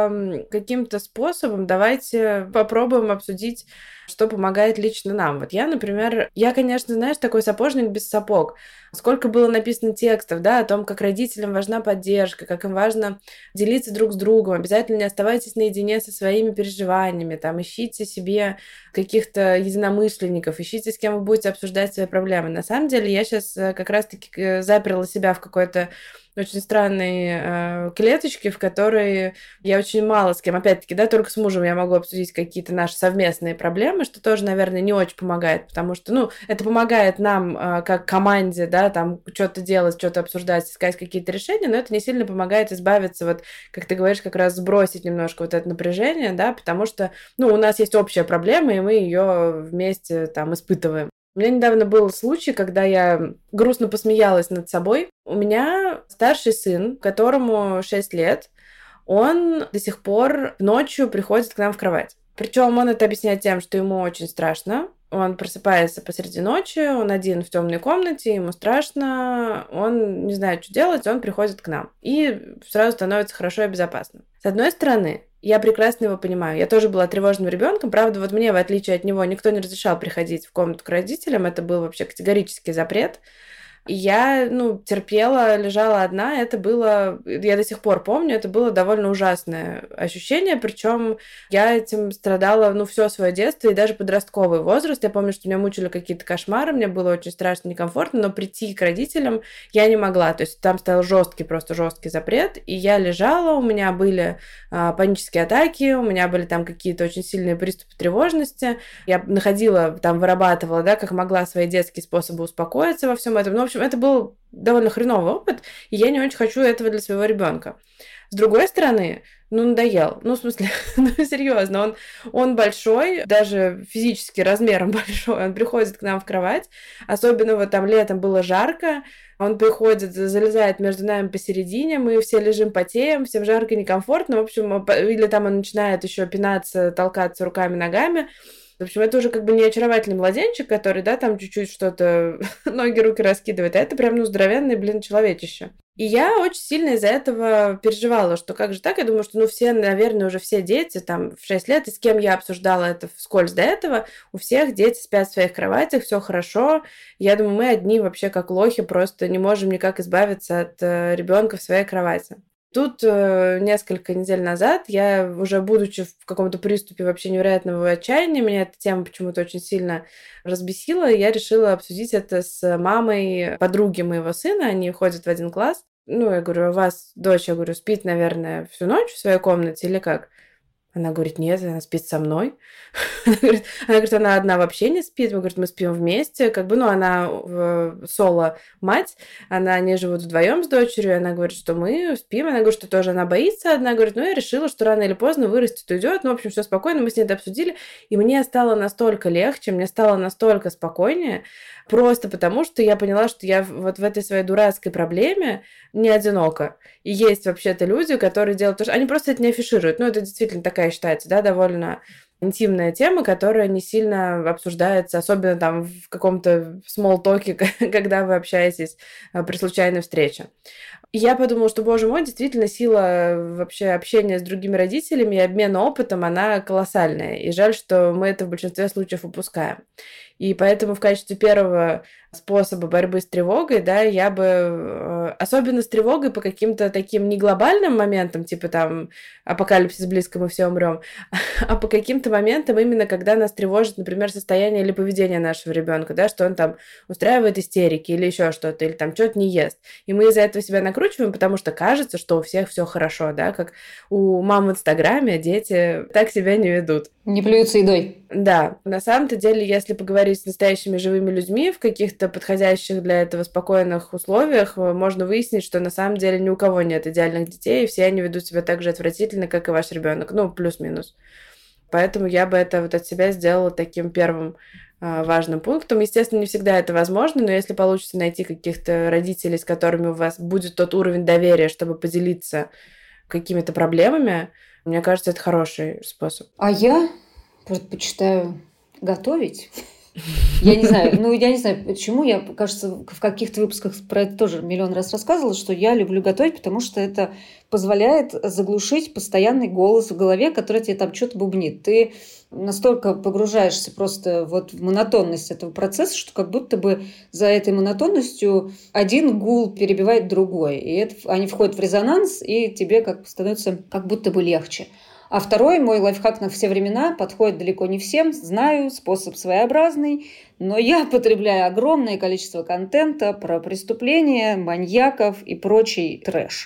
к каким-то способам, давайте попробуем обсудить, что помогает лично нам. Вот я, например, я, конечно, знаешь, такой сапожник без сапог. Сколько было написано текстов, да, о том, как родителям важна поддержка, как им важно делиться друг с другом, обязательно не оставайтесь наедине со своими переживаниями, там, ищите себе каких-то единомышленников, ищите, с кем вы будете обсуждать свои проблемы. На самом деле, я сейчас как раз-таки заперла себя в какой-то очень странные э, клеточки, в которые я очень мало с кем, опять-таки, да, только с мужем я могу обсудить какие-то наши совместные проблемы, что тоже, наверное, не очень помогает, потому что, ну, это помогает нам э, как команде, да, там что-то делать, что-то обсуждать, искать какие-то решения, но это не сильно помогает избавиться, вот, как ты говоришь, как раз сбросить немножко вот это напряжение, да, потому что, ну, у нас есть общая проблема, и мы ее вместе там испытываем. У меня недавно был случай, когда я грустно посмеялась над собой. У меня старший сын, которому шесть лет, он до сих пор ночью приходит к нам в кровать. Причем он это объясняет тем, что ему очень страшно. Он просыпается посреди ночи, он один в темной комнате, ему страшно, он не знает, что делать, он приходит к нам. И сразу становится хорошо и безопасно. С одной стороны, я прекрасно его понимаю. Я тоже была тревожным ребенком. Правда, вот мне, в отличие от него, никто не разрешал приходить в комнату к родителям. Это был вообще категорический запрет. И я, ну, терпела, лежала одна. Это было, я до сих пор помню, это было довольно ужасное ощущение. Причем я этим страдала, ну, все свое детство и даже подростковый возраст. Я помню, что меня мучили какие-то кошмары, мне было очень страшно, некомфортно, но прийти к родителям я не могла. То есть там стоял жесткий, просто жесткий запрет. И я лежала, у меня были а, панические атаки, у меня были там какие-то очень сильные приступы тревожности. Я находила, там, вырабатывала, да, как могла свои детские способы успокоиться во всем этом. Ну, в общем, это был довольно хреновый опыт, и я не очень хочу этого для своего ребенка. С другой стороны, ну, надоел. Ну, в смысле, ну, серьезно, он, он большой, даже физически размером большой, он приходит к нам в кровать, особенно вот там летом было жарко, он приходит, залезает между нами посередине, мы все лежим, потеем, всем жарко, некомфортно, в общем, или там он начинает еще пинаться, толкаться руками, ногами. В общем, это уже как бы не очаровательный младенчик, который, да, там чуть-чуть что-то, ноги, руки раскидывает, а это прям, ну, здоровенный, блин, человечище. И я очень сильно из-за этого переживала, что как же так? Я думаю, что, ну, все, наверное, уже все дети, там, в шесть лет, и с кем я обсуждала это вскользь до этого, у всех дети спят в своих кроватях, все хорошо. Я думаю, мы одни вообще как лохи просто не можем никак избавиться от ребенка в своей кровати. Тут э, несколько недель назад я, уже будучи в каком-то приступе вообще невероятного отчаяния, меня эта тема почему-то очень сильно разбесила, и я решила обсудить это с мамой подруги моего сына, они ходят в один класс. Ну, я говорю, у вас дочь, я говорю, спит, наверное, всю ночь в своей комнате или как? Она говорит, нет, она спит со мной. Она говорит, она говорит, она одна вообще не спит. Мы, говорит, мы спим вместе. Как бы, ну, она э, соло-мать, она, они живут вдвоем с дочерью. Она говорит, что мы спим. Она говорит, что тоже она боится. Она говорит, ну, я решила, что рано или поздно вырастет, уйдет. Ну, в общем, все спокойно. Мы с ней это обсудили. И мне стало настолько легче, мне стало настолько спокойнее. Просто потому, что я поняла, что я вот в этой своей дурацкой проблеме не одинока. И есть вообще-то люди, которые делают то, что... Они просто это не афишируют. Ну, это действительно такая считается, да, довольно интимная тема, которая не сильно обсуждается, особенно там в каком-то смолл-токе, когда вы общаетесь при случайной встрече. И я подумала, что, боже мой, действительно сила вообще общения с другими родителями и обмена опытом, она колоссальная. И жаль, что мы это в большинстве случаев упускаем. И поэтому в качестве первого способа борьбы с тревогой, да, я бы, особенно с тревогой по каким-то таким не глобальным моментам, типа там апокалипсис близко, мы все умрем, а по каким-то моментам именно когда нас тревожит, например, состояние или поведение нашего ребенка, да, что он там устраивает истерики или еще что-то, или там что-то не ест. И мы из-за этого себя накручиваем, потому что кажется, что у всех все хорошо, да, как у мам в Инстаграме дети так себя не ведут. Не плюются едой. Да, на самом-то деле, если поговорить с настоящими живыми людьми в каких-то подходящих для этого спокойных условиях, можно выяснить, что на самом деле ни у кого нет идеальных детей, и все они ведут себя так же отвратительно, как и ваш ребенок, ну, плюс-минус. Поэтому я бы это вот от себя сделала таким первым э, важным пунктом. Естественно, не всегда это возможно, но если получится найти каких-то родителей, с которыми у вас будет тот уровень доверия, чтобы поделиться какими-то проблемами, мне кажется, это хороший способ. А я предпочитаю готовить. Я не знаю, ну я не знаю, почему. Я, кажется, в каких-то выпусках про это тоже миллион раз рассказывала, что я люблю готовить, потому что это позволяет заглушить постоянный голос в голове, который тебе там что-то бубнит. Ты настолько погружаешься просто вот в монотонность этого процесса, что как будто бы за этой монотонностью один гул перебивает другой. И это, они входят в резонанс, и тебе как становится как будто бы легче. А второй, мой лайфхак на все времена, подходит далеко не всем. Знаю, способ своеобразный, но я потребляю огромное количество контента про преступления, маньяков и прочий трэш.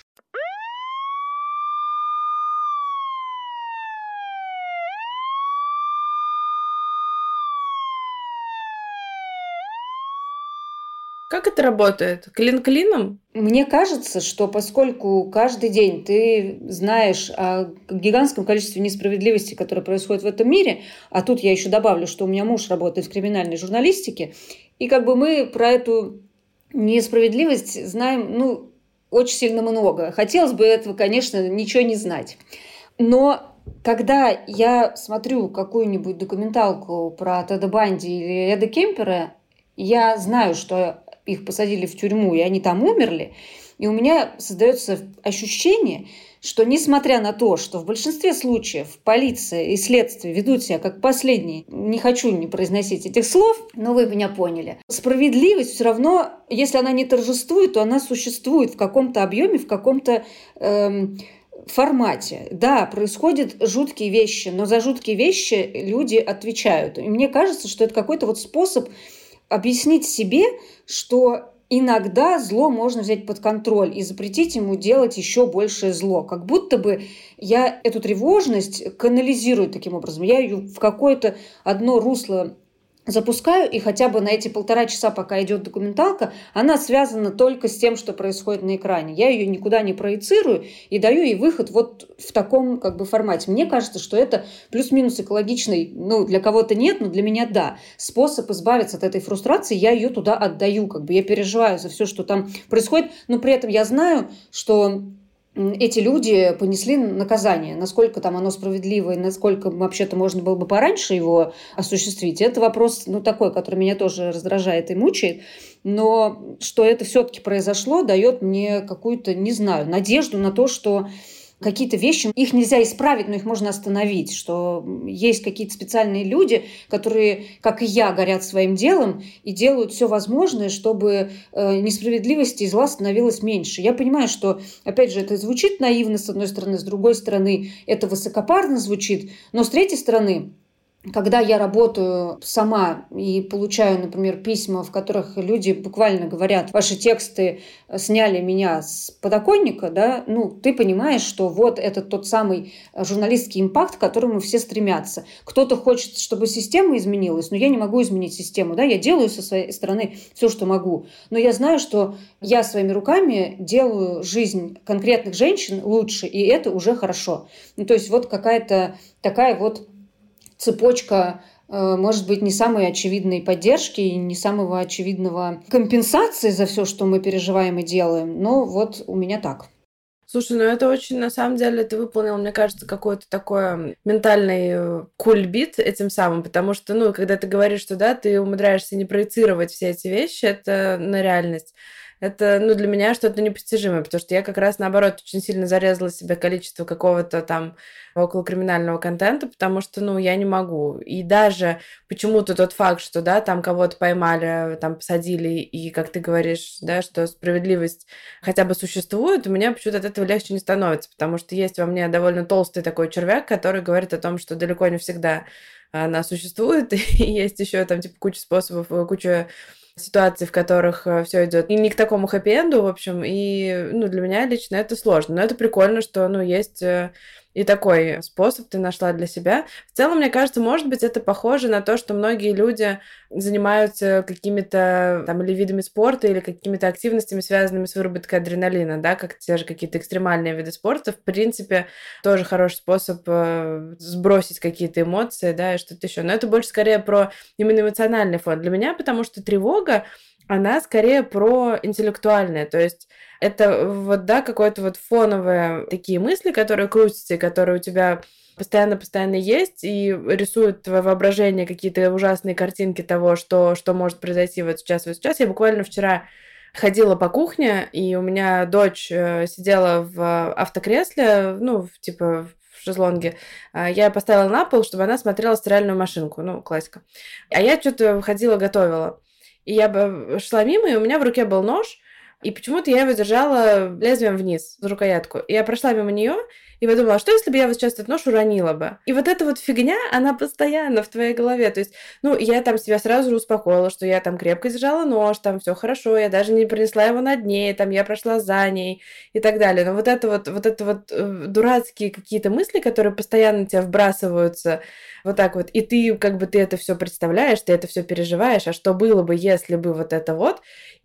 Как это работает? Клин клином? Мне кажется, что поскольку каждый день ты знаешь о гигантском количестве несправедливости, которое происходит в этом мире, а тут я еще добавлю, что у меня муж работает в криминальной журналистике, и как бы мы про эту несправедливость знаем, ну, очень сильно много. Хотелось бы этого, конечно, ничего не знать. Но когда я смотрю какую-нибудь документалку про Теда Банди или Эда Кемпера, я знаю, что их посадили в тюрьму, и они там умерли, и у меня создается ощущение, что несмотря на то, что в большинстве случаев полиция и следствие ведут себя как последние, не хочу не произносить этих слов, но вы меня поняли, справедливость все равно, если она не торжествует, то она существует в каком-то объеме, в каком-то эм, формате. Да, происходят жуткие вещи, но за жуткие вещи люди отвечают. И мне кажется, что это какой-то вот способ объяснить себе, что иногда зло можно взять под контроль и запретить ему делать еще большее зло. Как будто бы я эту тревожность канализирую таким образом. Я ее в какое-то одно русло запускаю, и хотя бы на эти полтора часа, пока идет документалка, она связана только с тем, что происходит на экране. Я ее никуда не проецирую и даю ей выход вот в таком как бы формате. Мне кажется, что это плюс-минус экологичный, ну, для кого-то нет, но для меня да. Способ избавиться от этой фрустрации, я ее туда отдаю, как бы я переживаю за все, что там происходит, но при этом я знаю, что эти люди понесли наказание. Насколько там оно справедливо и насколько вообще-то можно было бы пораньше его осуществить, это вопрос, ну, такой, который меня тоже раздражает и мучает. Но что это все-таки произошло, дает мне какую-то, не знаю, надежду на то, что какие-то вещи, их нельзя исправить, но их можно остановить, что есть какие-то специальные люди, которые, как и я, горят своим делом и делают все возможное, чтобы э, несправедливости и зла становилось меньше. Я понимаю, что, опять же, это звучит наивно, с одной стороны, с другой стороны, это высокопарно звучит, но с третьей стороны, когда я работаю сама и получаю, например, письма, в которых люди буквально говорят, ваши тексты сняли меня с подоконника, да, ну, ты понимаешь, что вот это тот самый журналистский импакт, к которому все стремятся. Кто-то хочет, чтобы система изменилась, но я не могу изменить систему, да, я делаю со своей стороны все, что могу, но я знаю, что я своими руками делаю жизнь конкретных женщин лучше, и это уже хорошо. Ну, то есть вот какая-то такая вот цепочка, может быть, не самой очевидной поддержки и не самого очевидного компенсации за все, что мы переживаем и делаем. Но вот у меня так. Слушай, ну это очень, на самом деле, ты выполнил, мне кажется, какой-то такой ментальный кульбит этим самым, потому что, ну, когда ты говоришь, что, да, ты умудряешься не проецировать все эти вещи, это на реальность. Это, ну, для меня что-то непостижимое, потому что я как раз, наоборот, очень сильно зарезала себе количество какого-то там околокриминального контента, потому что, ну, я не могу. И даже почему-то тот факт, что, да, там кого-то поймали, там посадили, и, как ты говоришь, да, что справедливость хотя бы существует, у меня почему-то от этого легче не становится, потому что есть во мне довольно толстый такой червяк, который говорит о том, что далеко не всегда она существует, и есть еще там, типа, куча способов, куча ситуаций, в которых все идет и не к такому хэппи-энду, в общем, и, ну, для меня лично это сложно. Но это прикольно, что, ну, есть и такой способ ты нашла для себя. В целом, мне кажется, может быть, это похоже на то, что многие люди занимаются какими-то там или видами спорта, или какими-то активностями, связанными с выработкой адреналина, да, как те же какие-то экстремальные виды спорта. В принципе, тоже хороший способ сбросить какие-то эмоции, да, и что-то еще. Но это больше скорее про именно эмоциональный фон для меня, потому что тревога, она скорее про интеллектуальное, то есть это вот, да, какое-то вот фоновые такие мысли, которые крутятся, и которые у тебя постоянно-постоянно есть, и рисуют твое воображение какие-то ужасные картинки того, что, что может произойти вот сейчас, вот сейчас. Я буквально вчера ходила по кухне, и у меня дочь сидела в автокресле, ну, типа в шезлонге. Я ее поставила на пол, чтобы она смотрела стиральную машинку, ну, классика. А я что-то ходила, готовила. И я бы шла мимо, и у меня в руке был нож, и почему-то я его держала лезвием вниз, за рукоятку. И я прошла мимо нее и подумала, что если бы я вот сейчас этот нож уронила бы? И вот эта вот фигня, она постоянно в твоей голове. То есть, ну, я там себя сразу же успокоила, что я там крепко держала нож, там все хорошо, я даже не принесла его над ней, там я прошла за ней и так далее. Но вот это вот, вот это вот э, дурацкие какие-то мысли, которые постоянно тебя вбрасываются вот так вот, и ты как бы ты это все представляешь, ты это все переживаешь, а что было бы, если бы вот это вот,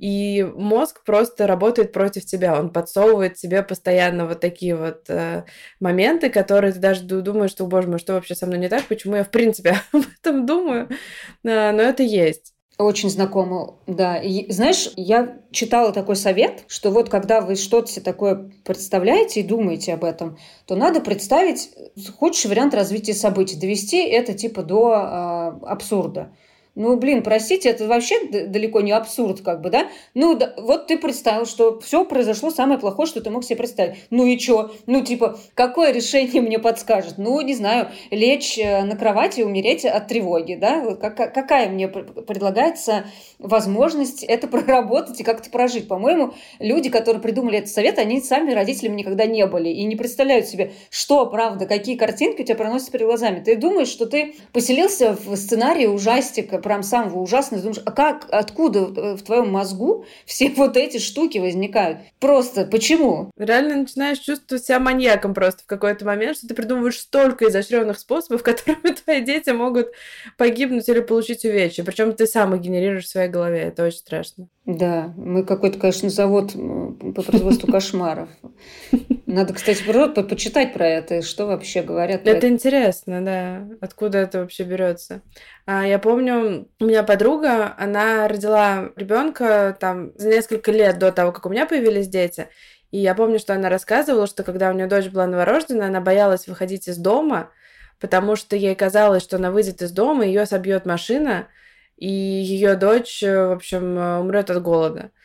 и мозг просто работает против тебя, он подсовывает тебе постоянно вот такие вот э, моменты, которые ты даже думаешь, что, боже мой, что вообще со мной не так, почему я в принципе об этом думаю, но это есть. Очень знакомо, да. И, знаешь, я читала такой совет, что вот когда вы что-то себе такое представляете и думаете об этом, то надо представить худший вариант развития событий, довести это типа до э, абсурда. Ну, блин, простите, это вообще далеко не абсурд, как бы, да? Ну, да, вот ты представил, что все произошло самое плохое, что ты мог себе представить. Ну и что? Ну, типа, какое решение мне подскажет? Ну, не знаю, лечь на кровати и умереть от тревоги, да? Как, какая мне предлагается возможность это проработать и как-то прожить? По-моему, люди, которые придумали этот совет, они сами родителями никогда не были и не представляют себе, что, правда, какие картинки у тебя проносятся перед глазами. Ты думаешь, что ты поселился в сценарии ужастика, прям самого ужасного, думаешь, а как, откуда в твоем мозгу все вот эти штуки возникают? Просто почему? Реально начинаешь чувствовать себя маньяком просто в какой-то момент, что ты придумываешь столько изощренных способов, которыми твои дети могут погибнуть или получить увечья. Причем ты сам их генерируешь в своей голове. Это очень страшно. Да, мы какой-то, конечно, завод по производству кошмаров. Надо, кстати, по почитать про это, что вообще говорят. Это интересно, да, откуда это вообще берется. Я помню, у меня подруга, она родила ребенка там за несколько лет до того, как у меня появились дети. И я помню, что она рассказывала, что когда у нее дочь была новорожденная, она боялась выходить из дома, потому что ей казалось, что она выйдет из дома, ее собьет машина, и ее дочь, в общем, умрет от голода.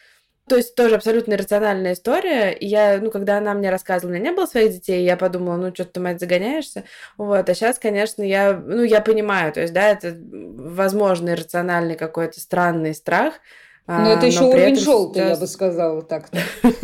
То есть тоже абсолютно рациональная история. И я, ну, когда она мне рассказывала, у меня не было своих детей, я подумала, ну, что ты, мать, загоняешься. Вот, а сейчас, конечно, я, ну, я понимаю, то есть, да, это возможный рациональный какой-то странный страх. Но это еще уровень желтый, я бы сказала так-то.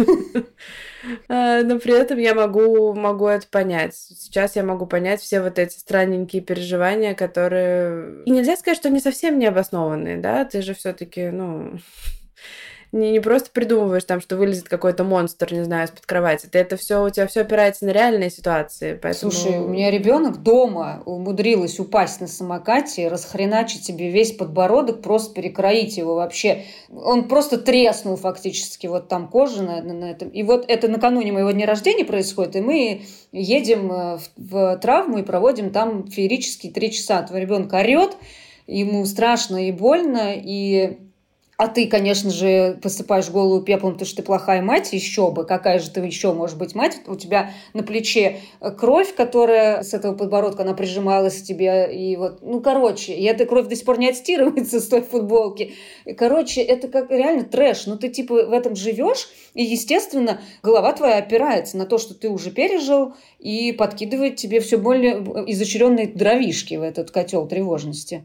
Но при этом я могу, могу это понять. Сейчас я могу понять все вот эти странненькие переживания, которые... И нельзя сказать, что они совсем необоснованные, да? Ты же все-таки, ну... Не, не просто придумываешь там, что вылезет какой-то монстр, не знаю, из-под кровати. Ты это все, у тебя все опирается на реальные ситуации. Поэтому... Слушай, у меня ребенок дома умудрилась упасть на самокате, расхреначить себе весь подбородок, просто перекроить его вообще. Он просто треснул фактически, вот там кожа на, на этом. И вот это накануне моего дня рождения происходит, и мы едем в, в травму и проводим там феерические три часа. Твой ребенок орет, ему страшно и больно, и... А ты, конечно же, посыпаешь голову пеплом, потому что ты плохая мать, еще бы, какая же ты еще может быть мать? У тебя на плече кровь, которая с этого подбородка, она прижималась к тебе, и вот, ну, короче, и эта кровь до сих пор не отстирывается с той футболки. Короче, это как реально трэш, ну, ты типа в этом живешь, и, естественно, голова твоя опирается на то, что ты уже пережил, и подкидывает тебе все более изощренные дровишки в этот котел тревожности.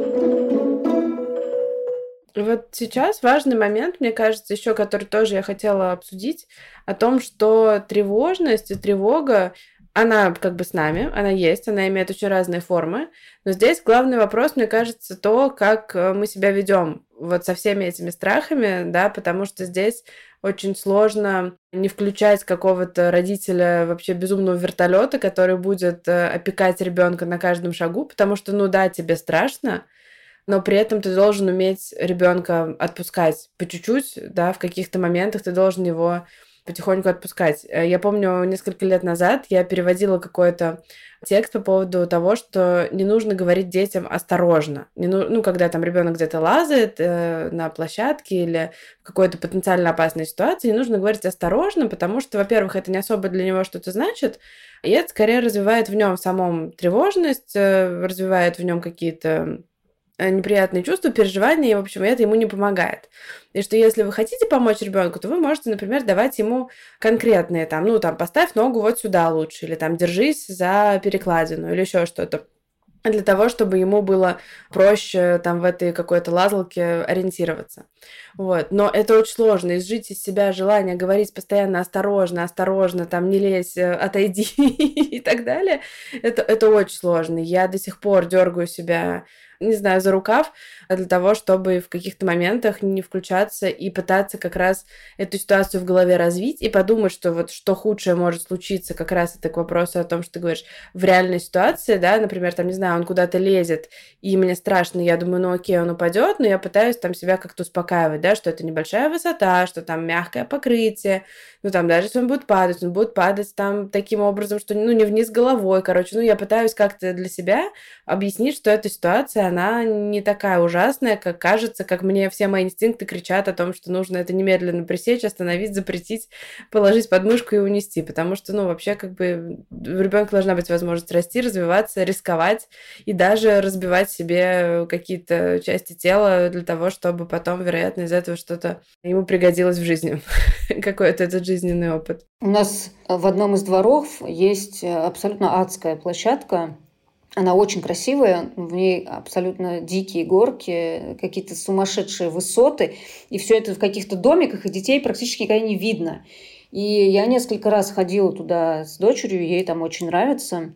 Вот сейчас важный момент, мне кажется, еще, который тоже я хотела обсудить, о том, что тревожность и тревога, она как бы с нами, она есть, она имеет очень разные формы, но здесь главный вопрос, мне кажется, то, как мы себя ведем вот со всеми этими страхами, да, потому что здесь очень сложно не включать какого-то родителя вообще безумного вертолета, который будет опекать ребенка на каждом шагу, потому что, ну да, тебе страшно, но при этом ты должен уметь ребенка отпускать по чуть-чуть, да, в каких-то моментах ты должен его потихоньку отпускать. Я помню, несколько лет назад я переводила какой-то текст по поводу того, что не нужно говорить детям осторожно. Не ну, ну, когда там ребенок где-то лазает э, на площадке или в какой-то потенциально опасной ситуации, не нужно говорить осторожно, потому что, во-первых, это не особо для него что-то значит, и это скорее развивает в нем самом тревожность, э, развивает в нем какие-то неприятные чувства, переживания, и, в общем, это ему не помогает. И что если вы хотите помочь ребенку, то вы можете, например, давать ему конкретные, там, ну, там, поставь ногу вот сюда лучше, или там, держись за перекладину, или еще что-то, для того, чтобы ему было проще там в этой какой-то лазалке ориентироваться. Вот. Но это очень сложно. Изжить из себя желание говорить постоянно осторожно, осторожно, там, не лезь, отойди и так далее, это, это очень сложно. Я до сих пор дергаю себя, не знаю, за рукав, для того, чтобы в каких-то моментах не включаться и пытаться как раз эту ситуацию в голове развить и подумать, что вот что худшее может случиться, как раз это к вопросу о том, что ты говоришь, в реальной ситуации, да, например, там, не знаю, он куда-то лезет, и мне страшно, я думаю, ну окей, он упадет, но я пытаюсь там себя как-то успокаивать, да, что это небольшая высота, что там мягкое покрытие, ну там даже если он будет падать, он будет падать там таким образом, что, ну, не вниз головой, короче, ну, я пытаюсь как-то для себя объяснить, что эта ситуация, она не такая ужасная, как кажется, как мне все мои инстинкты кричат о том, что нужно это немедленно пресечь, остановить, запретить, положить под мышку и унести, потому что, ну, вообще, как бы, у ребенка должна быть возможность расти, развиваться, рисковать и даже разбивать себе какие-то части тела для того, чтобы потом, вероятно, из этого что-то ему пригодилось в жизни, какой-то этот жизненный опыт. У нас в одном из дворов есть абсолютно адская площадка. Она очень красивая, в ней абсолютно дикие горки, какие-то сумасшедшие высоты, и все это в каких-то домиках, и детей практически никогда не видно. И я несколько раз ходила туда с дочерью, ей там очень нравится,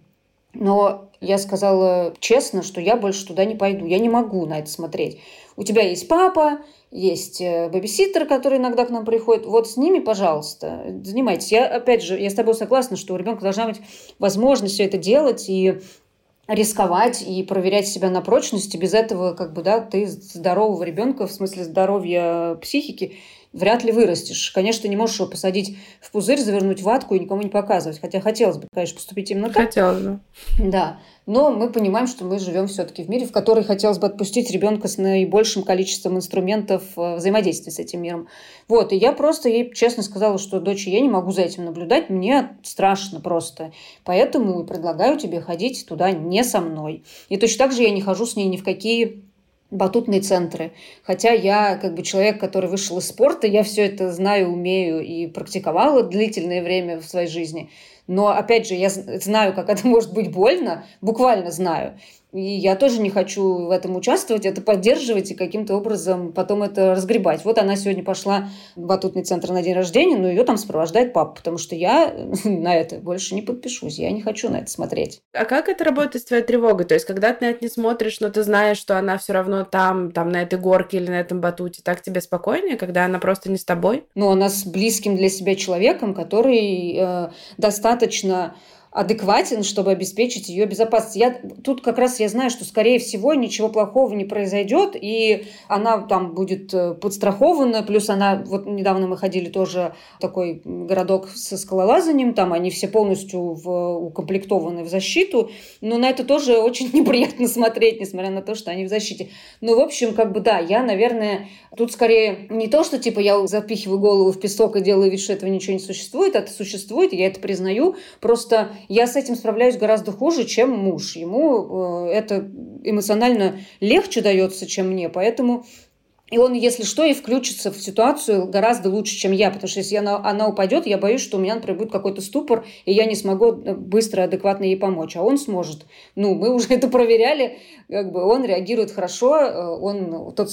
но я сказала честно, что я больше туда не пойду, я не могу на это смотреть. У тебя есть папа, есть бэбиситер, который иногда к нам приходит. Вот с ними, пожалуйста, занимайтесь. Я, опять же, я с тобой согласна, что у ребенка должна быть возможность все это делать и рисковать и проверять себя на прочность. И без этого, как бы, да, ты здорового ребенка, в смысле здоровья психики, вряд ли вырастешь. Конечно, ты не можешь его посадить в пузырь, завернуть в ватку и никому не показывать. Хотя хотелось бы, конечно, поступить именно так. Хотелось бы. Да. Но мы понимаем, что мы живем все-таки в мире, в который хотелось бы отпустить ребенка с наибольшим количеством инструментов взаимодействия с этим миром. Вот. И я просто ей честно сказала, что, дочь, я не могу за этим наблюдать, мне страшно просто. Поэтому предлагаю тебе ходить туда не со мной. И точно так же я не хожу с ней ни в какие батутные центры. Хотя я как бы человек, который вышел из спорта, я все это знаю, умею и практиковала длительное время в своей жизни. Но, опять же, я знаю, как это может быть больно, буквально знаю. И я тоже не хочу в этом участвовать, это поддерживать и каким-то образом потом это разгребать. Вот она сегодня пошла в батутный центр на день рождения, но ее там сопровождает папа, потому что я на это больше не подпишусь, я не хочу на это смотреть. А как это работает с твоей тревогой? То есть, когда ты на это не смотришь, но ты знаешь, что она все равно там, там на этой горке или на этом батуте, так тебе спокойнее, когда она просто не с тобой? Ну, она с близким для себя человеком, который э, достаточно адекватен, чтобы обеспечить ее безопасность. Я, тут как раз я знаю, что, скорее всего, ничего плохого не произойдет, и она там будет подстрахована, плюс она, вот недавно мы ходили тоже в такой городок со скалолазанием, там они все полностью в, укомплектованы в защиту, но на это тоже очень неприятно смотреть, несмотря на то, что они в защите. Ну, в общем, как бы да, я, наверное, тут скорее не то, что типа я запихиваю голову в песок и делаю вид, что этого ничего не существует, это существует, я это признаю, просто я с этим справляюсь гораздо хуже, чем муж. Ему э, это эмоционально легче дается, чем мне, поэтому и он, если что, и включится в ситуацию гораздо лучше, чем я, потому что если она, она упадет, я боюсь, что у меня, например, будет какой-то ступор, и я не смогу быстро, адекватно ей помочь, а он сможет. Ну, мы уже это проверяли, как бы он реагирует хорошо, он тот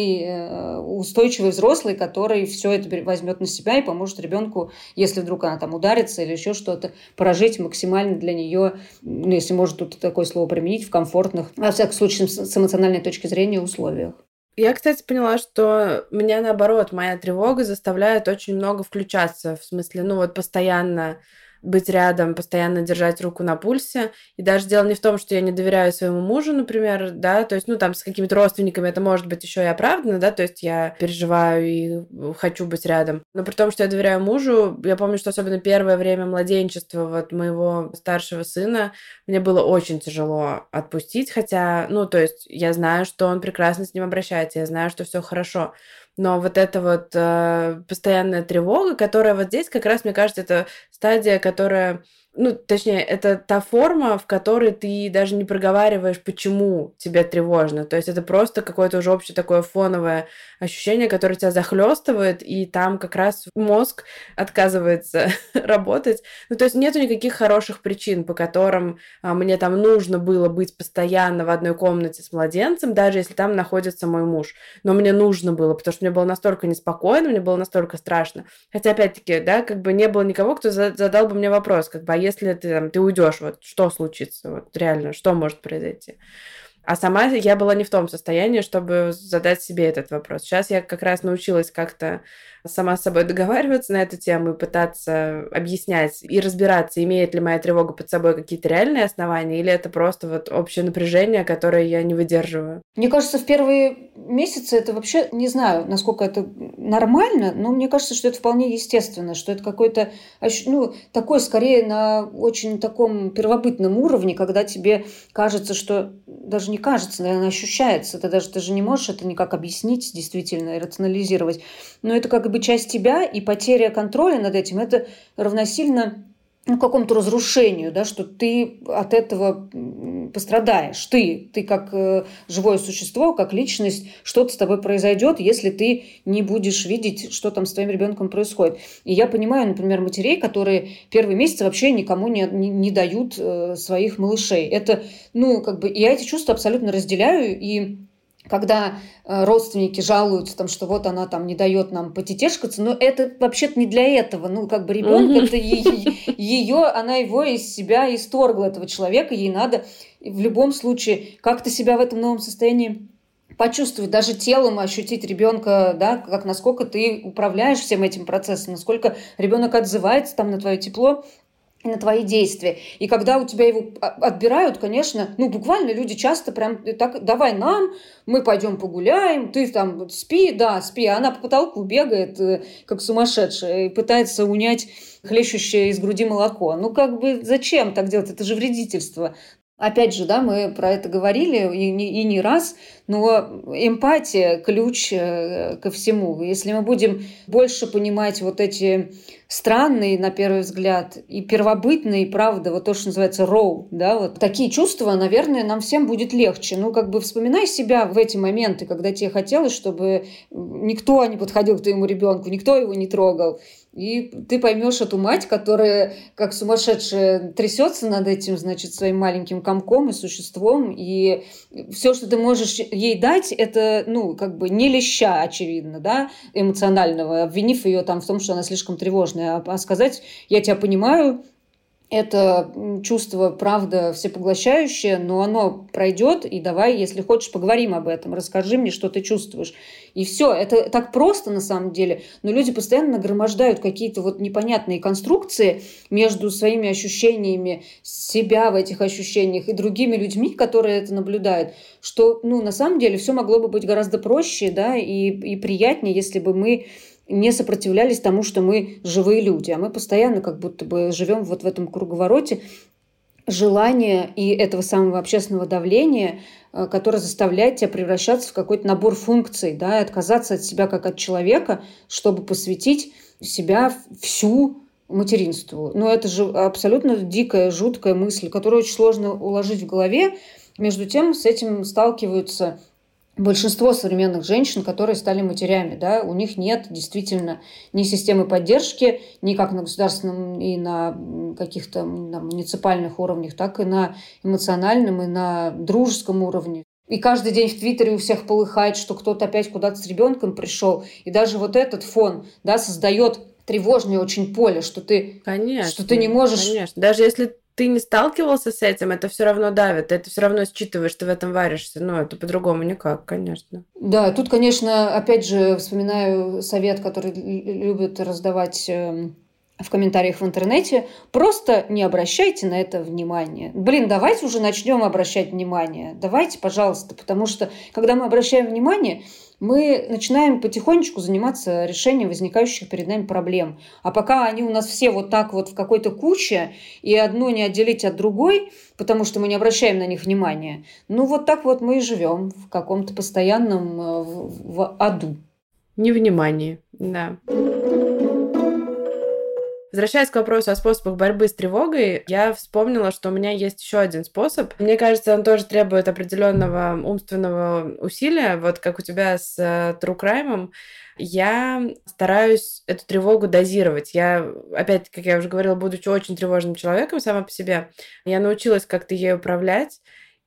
самый устойчивый взрослый, который все это возьмет на себя и поможет ребенку, если вдруг она там ударится или еще что-то, прожить максимально для нее, ну, если может тут такое слово применить, в комфортных, во всяком случае, с эмоциональной точки зрения условиях. Я, кстати, поняла, что меня, наоборот, моя тревога заставляет очень много включаться, в смысле, ну вот постоянно быть рядом, постоянно держать руку на пульсе. И даже дело не в том, что я не доверяю своему мужу, например, да, то есть, ну, там, с какими-то родственниками это может быть еще и оправдано, да, то есть я переживаю и хочу быть рядом. Но при том, что я доверяю мужу, я помню, что особенно первое время младенчества вот моего старшего сына мне было очень тяжело отпустить, хотя, ну, то есть я знаю, что он прекрасно с ним обращается, я знаю, что все хорошо. Но вот эта вот э, постоянная тревога, которая вот здесь как раз, мне кажется, это стадия, которая... Ну, точнее, это та форма, в которой ты даже не проговариваешь, почему тебе тревожно. То есть это просто какое-то уже общее такое фоновое ощущение, которое тебя захлестывает, и там как раз мозг отказывается работать. Ну, то есть нету никаких хороших причин, по которым а, мне там нужно было быть постоянно в одной комнате с младенцем, даже если там находится мой муж. Но мне нужно было, потому что мне было настолько неспокойно, мне было настолько страшно. Хотя, опять-таки, да, как бы не было никого, кто задал бы мне вопрос, как бы, а если ты, там, ты уйдешь, вот что случится? Вот реально, что может произойти? А сама я была не в том состоянии, чтобы задать себе этот вопрос. Сейчас я как раз научилась как-то сама с собой договариваться на эту тему и пытаться объяснять и разбираться, имеет ли моя тревога под собой какие-то реальные основания, или это просто вот общее напряжение, которое я не выдерживаю. Мне кажется, в первые месяцы это вообще, не знаю, насколько это нормально, но мне кажется, что это вполне естественно, что это какой-то, ну, такой скорее на очень таком первобытном уровне, когда тебе кажется, что даже не кажется, наверное, ощущается, ты даже ты же не можешь это никак объяснить действительно и рационализировать, но это как бы часть тебя, и потеря контроля над этим, это равносильно ну, какому-то разрушению, да, что ты от этого пострадаешь. Ты, ты как э, живое существо, как личность, что-то с тобой произойдет, если ты не будешь видеть, что там с твоим ребенком происходит. И я понимаю, например, матерей, которые первые месяцы вообще никому не, не, не дают э, своих малышей. Это, ну, как бы, я эти чувства абсолютно разделяю, и когда родственники жалуются, там, что вот она там не дает нам потетешкаться, но это вообще-то не для этого. Ну, как бы ребенок, mm-hmm. это ее, она его из себя исторгла, этого человека, ей надо в любом случае как-то себя в этом новом состоянии почувствовать, даже телом ощутить ребенка, да, как насколько ты управляешь всем этим процессом, насколько ребенок отзывается там на твое тепло, на твои действия. И когда у тебя его отбирают, конечно, ну, буквально люди часто прям так, давай нам, мы пойдем погуляем, ты там спи, да, спи. А она по потолку бегает, как сумасшедшая, и пытается унять хлещущее из груди молоко. Ну, как бы зачем так делать? Это же вредительство. Опять же, да, мы про это говорили и не, и не раз, Но эмпатия – ключ ко всему. Если мы будем больше понимать вот эти странные, на первый взгляд, и первобытные, правда, вот то, что называется raw, да, вот такие чувства, наверное, нам всем будет легче. Ну, как бы вспоминай себя в эти моменты, когда тебе хотелось, чтобы никто не подходил к твоему ребенку, никто его не трогал. И ты поймешь эту мать, которая как сумасшедшая трясется над этим, значит, своим маленьким комком и существом. И все, что ты можешь ей дать, это, ну, как бы не леща, очевидно, да, эмоционального, обвинив ее там в том, что она слишком тревожная, а сказать: я тебя понимаю, это чувство, правда, всепоглощающее, но оно пройдет, и давай, если хочешь, поговорим об этом, расскажи мне, что ты чувствуешь. И все, это так просто на самом деле, но люди постоянно нагромождают какие-то вот непонятные конструкции между своими ощущениями себя в этих ощущениях и другими людьми, которые это наблюдают, что, ну, на самом деле все могло бы быть гораздо проще, да, и, и приятнее, если бы мы не сопротивлялись тому, что мы живые люди, а мы постоянно как будто бы живем вот в этом круговороте желания и этого самого общественного давления, которое заставляет тебя превращаться в какой-то набор функций, да, и отказаться от себя как от человека, чтобы посвятить себя всю материнству. Но это же абсолютно дикая, жуткая мысль, которую очень сложно уложить в голове. Между тем с этим сталкиваются большинство современных женщин, которые стали матерями, да, у них нет действительно ни системы поддержки, ни как на государственном и на каких-то на муниципальных уровнях, так и на эмоциональном и на дружеском уровне. И каждый день в Твиттере у всех полыхает, что кто-то опять куда-то с ребенком пришел. И даже вот этот фон, да, создает тревожное очень поле, что ты, конечно, что ты не можешь... Конечно. Даже если ты не сталкивался с этим, это все равно давит, ты это все равно считываешь, ты в этом варишься. Ну, это по-другому никак, конечно. Да, тут, конечно, опять же вспоминаю совет, который любят раздавать в комментариях в интернете. Просто не обращайте на это внимания. Блин, давайте уже начнем обращать внимание. Давайте, пожалуйста, потому что, когда мы обращаем внимание, мы начинаем потихонечку заниматься решением возникающих перед нами проблем. А пока они у нас все вот так вот в какой-то куче, и одну не отделить от другой, потому что мы не обращаем на них внимания, ну вот так вот мы и живем в каком-то постоянном в, в аду. Невнимание, да. Возвращаясь к вопросу о способах борьбы с тревогой, я вспомнила, что у меня есть еще один способ. Мне кажется, он тоже требует определенного умственного усилия. Вот как у тебя с True Crime, я стараюсь эту тревогу дозировать. Я, опять, как я уже говорила, будучи очень тревожным человеком сама по себе, я научилась как-то ей управлять,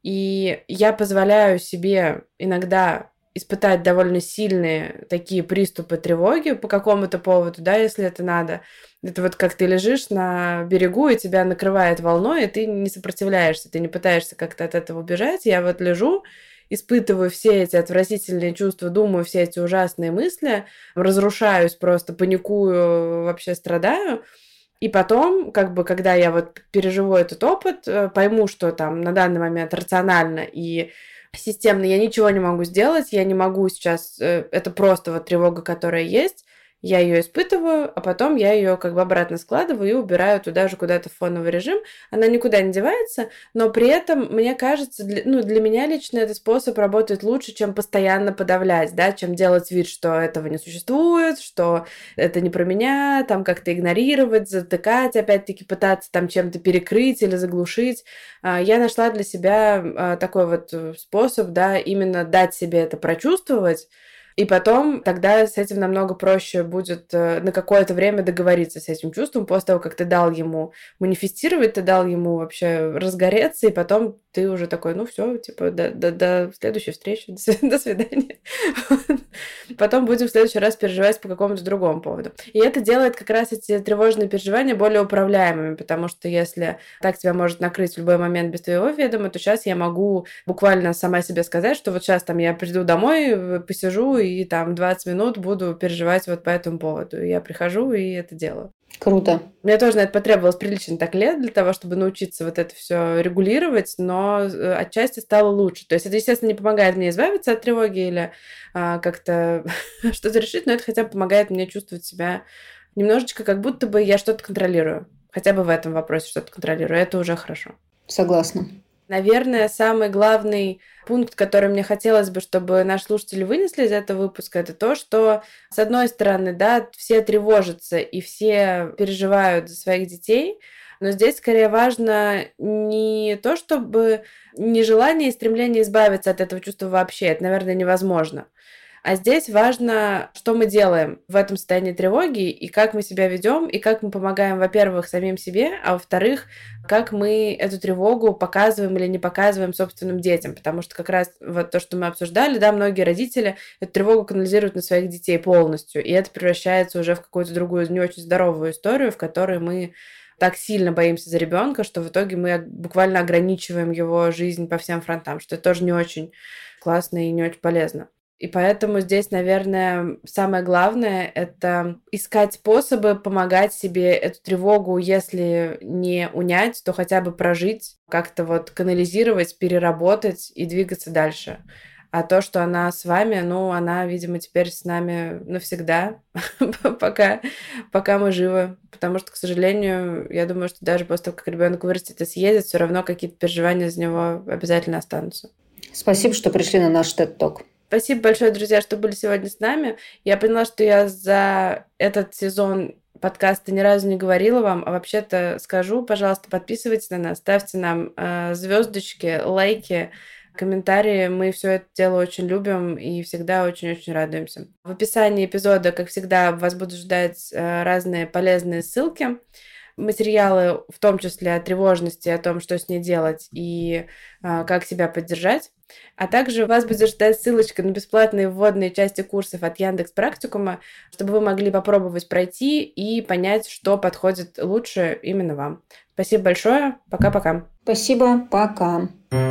и я позволяю себе иногда испытать довольно сильные такие приступы тревоги по какому-то поводу, да, если это надо. Это вот как ты лежишь на берегу, и тебя накрывает волной, и ты не сопротивляешься, ты не пытаешься как-то от этого убежать. Я вот лежу, испытываю все эти отвратительные чувства, думаю все эти ужасные мысли, разрушаюсь просто, паникую, вообще страдаю. И потом, как бы, когда я вот переживу этот опыт, пойму, что там на данный момент рационально и системно я ничего не могу сделать, я не могу сейчас, это просто вот тревога, которая есть, я ее испытываю, а потом я ее как бы обратно складываю и убираю туда же куда-то в фоновый режим. Она никуда не девается, но при этом, мне кажется, для, ну, для меня лично этот способ работает лучше, чем постоянно подавлять, да, чем делать вид, что этого не существует, что это не про меня, там как-то игнорировать, затыкать, опять-таки пытаться там чем-то перекрыть или заглушить. Я нашла для себя такой вот способ, да, именно дать себе это прочувствовать, и потом тогда с этим намного проще будет на какое-то время договориться с этим чувством после того, как ты дал ему манифестировать, ты дал ему вообще разгореться, и потом ты уже такой, ну все, типа, до, до, до следующей встречи, до свидания. Потом будем в следующий раз переживать по какому-то другому поводу. И это делает как раз эти тревожные переживания более управляемыми, потому что если так тебя может накрыть в любой момент без твоего ведома, то сейчас я могу буквально сама себе сказать, что вот сейчас там я приду домой, посижу и там двадцать минут буду переживать вот по этому поводу. И я прихожу и это делаю. Круто. Мне тоже на это потребовалось прилично так лет для того, чтобы научиться вот это все регулировать, но отчасти стало лучше. То есть это, естественно, не помогает мне избавиться от тревоги или а, как-то что-то решить, но это хотя бы помогает мне чувствовать себя немножечко, как будто бы я что-то контролирую. Хотя бы в этом вопросе что-то контролирую. Это уже хорошо. Согласна. Наверное, самый главный пункт, который мне хотелось бы, чтобы наши слушатели вынесли из этого выпуска, это то, что, с одной стороны, да, все тревожатся и все переживают за своих детей, но здесь скорее важно не то, чтобы не желание и стремление избавиться от этого чувства вообще, это, наверное, невозможно. А здесь важно, что мы делаем в этом состоянии тревоги, и как мы себя ведем, и как мы помогаем, во-первых, самим себе, а во-вторых, как мы эту тревогу показываем или не показываем собственным детям. Потому что как раз вот то, что мы обсуждали, да, многие родители эту тревогу канализируют на своих детей полностью, и это превращается уже в какую-то другую, не очень здоровую историю, в которой мы так сильно боимся за ребенка, что в итоге мы буквально ограничиваем его жизнь по всем фронтам, что это тоже не очень классно и не очень полезно. И поэтому здесь, наверное, самое главное — это искать способы помогать себе эту тревогу, если не унять, то хотя бы прожить, как-то вот канализировать, переработать и двигаться дальше. А то, что она с вами, ну, она, видимо, теперь с нами навсегда, пока, пока мы живы. Потому что, к сожалению, я думаю, что даже после того, как ребенок вырастет и съедет, все равно какие-то переживания за него обязательно останутся. Спасибо, что пришли на наш TED-Talk. Спасибо большое, друзья, что были сегодня с нами. Я поняла, что я за этот сезон подкаста ни разу не говорила вам, а вообще-то скажу, пожалуйста, подписывайтесь на нас, ставьте нам э, звездочки, лайки, комментарии. Мы все это дело очень любим и всегда очень-очень радуемся. В описании эпизода, как всегда, вас будут ждать э, разные полезные ссылки, материалы, в том числе о тревожности, о том, что с ней делать и э, как себя поддержать. А также вас будет ждать ссылочка на бесплатные вводные части курсов от Яндекс.Практикума, чтобы вы могли попробовать пройти и понять, что подходит лучше именно вам. Спасибо большое. Пока-пока. Спасибо. Пока.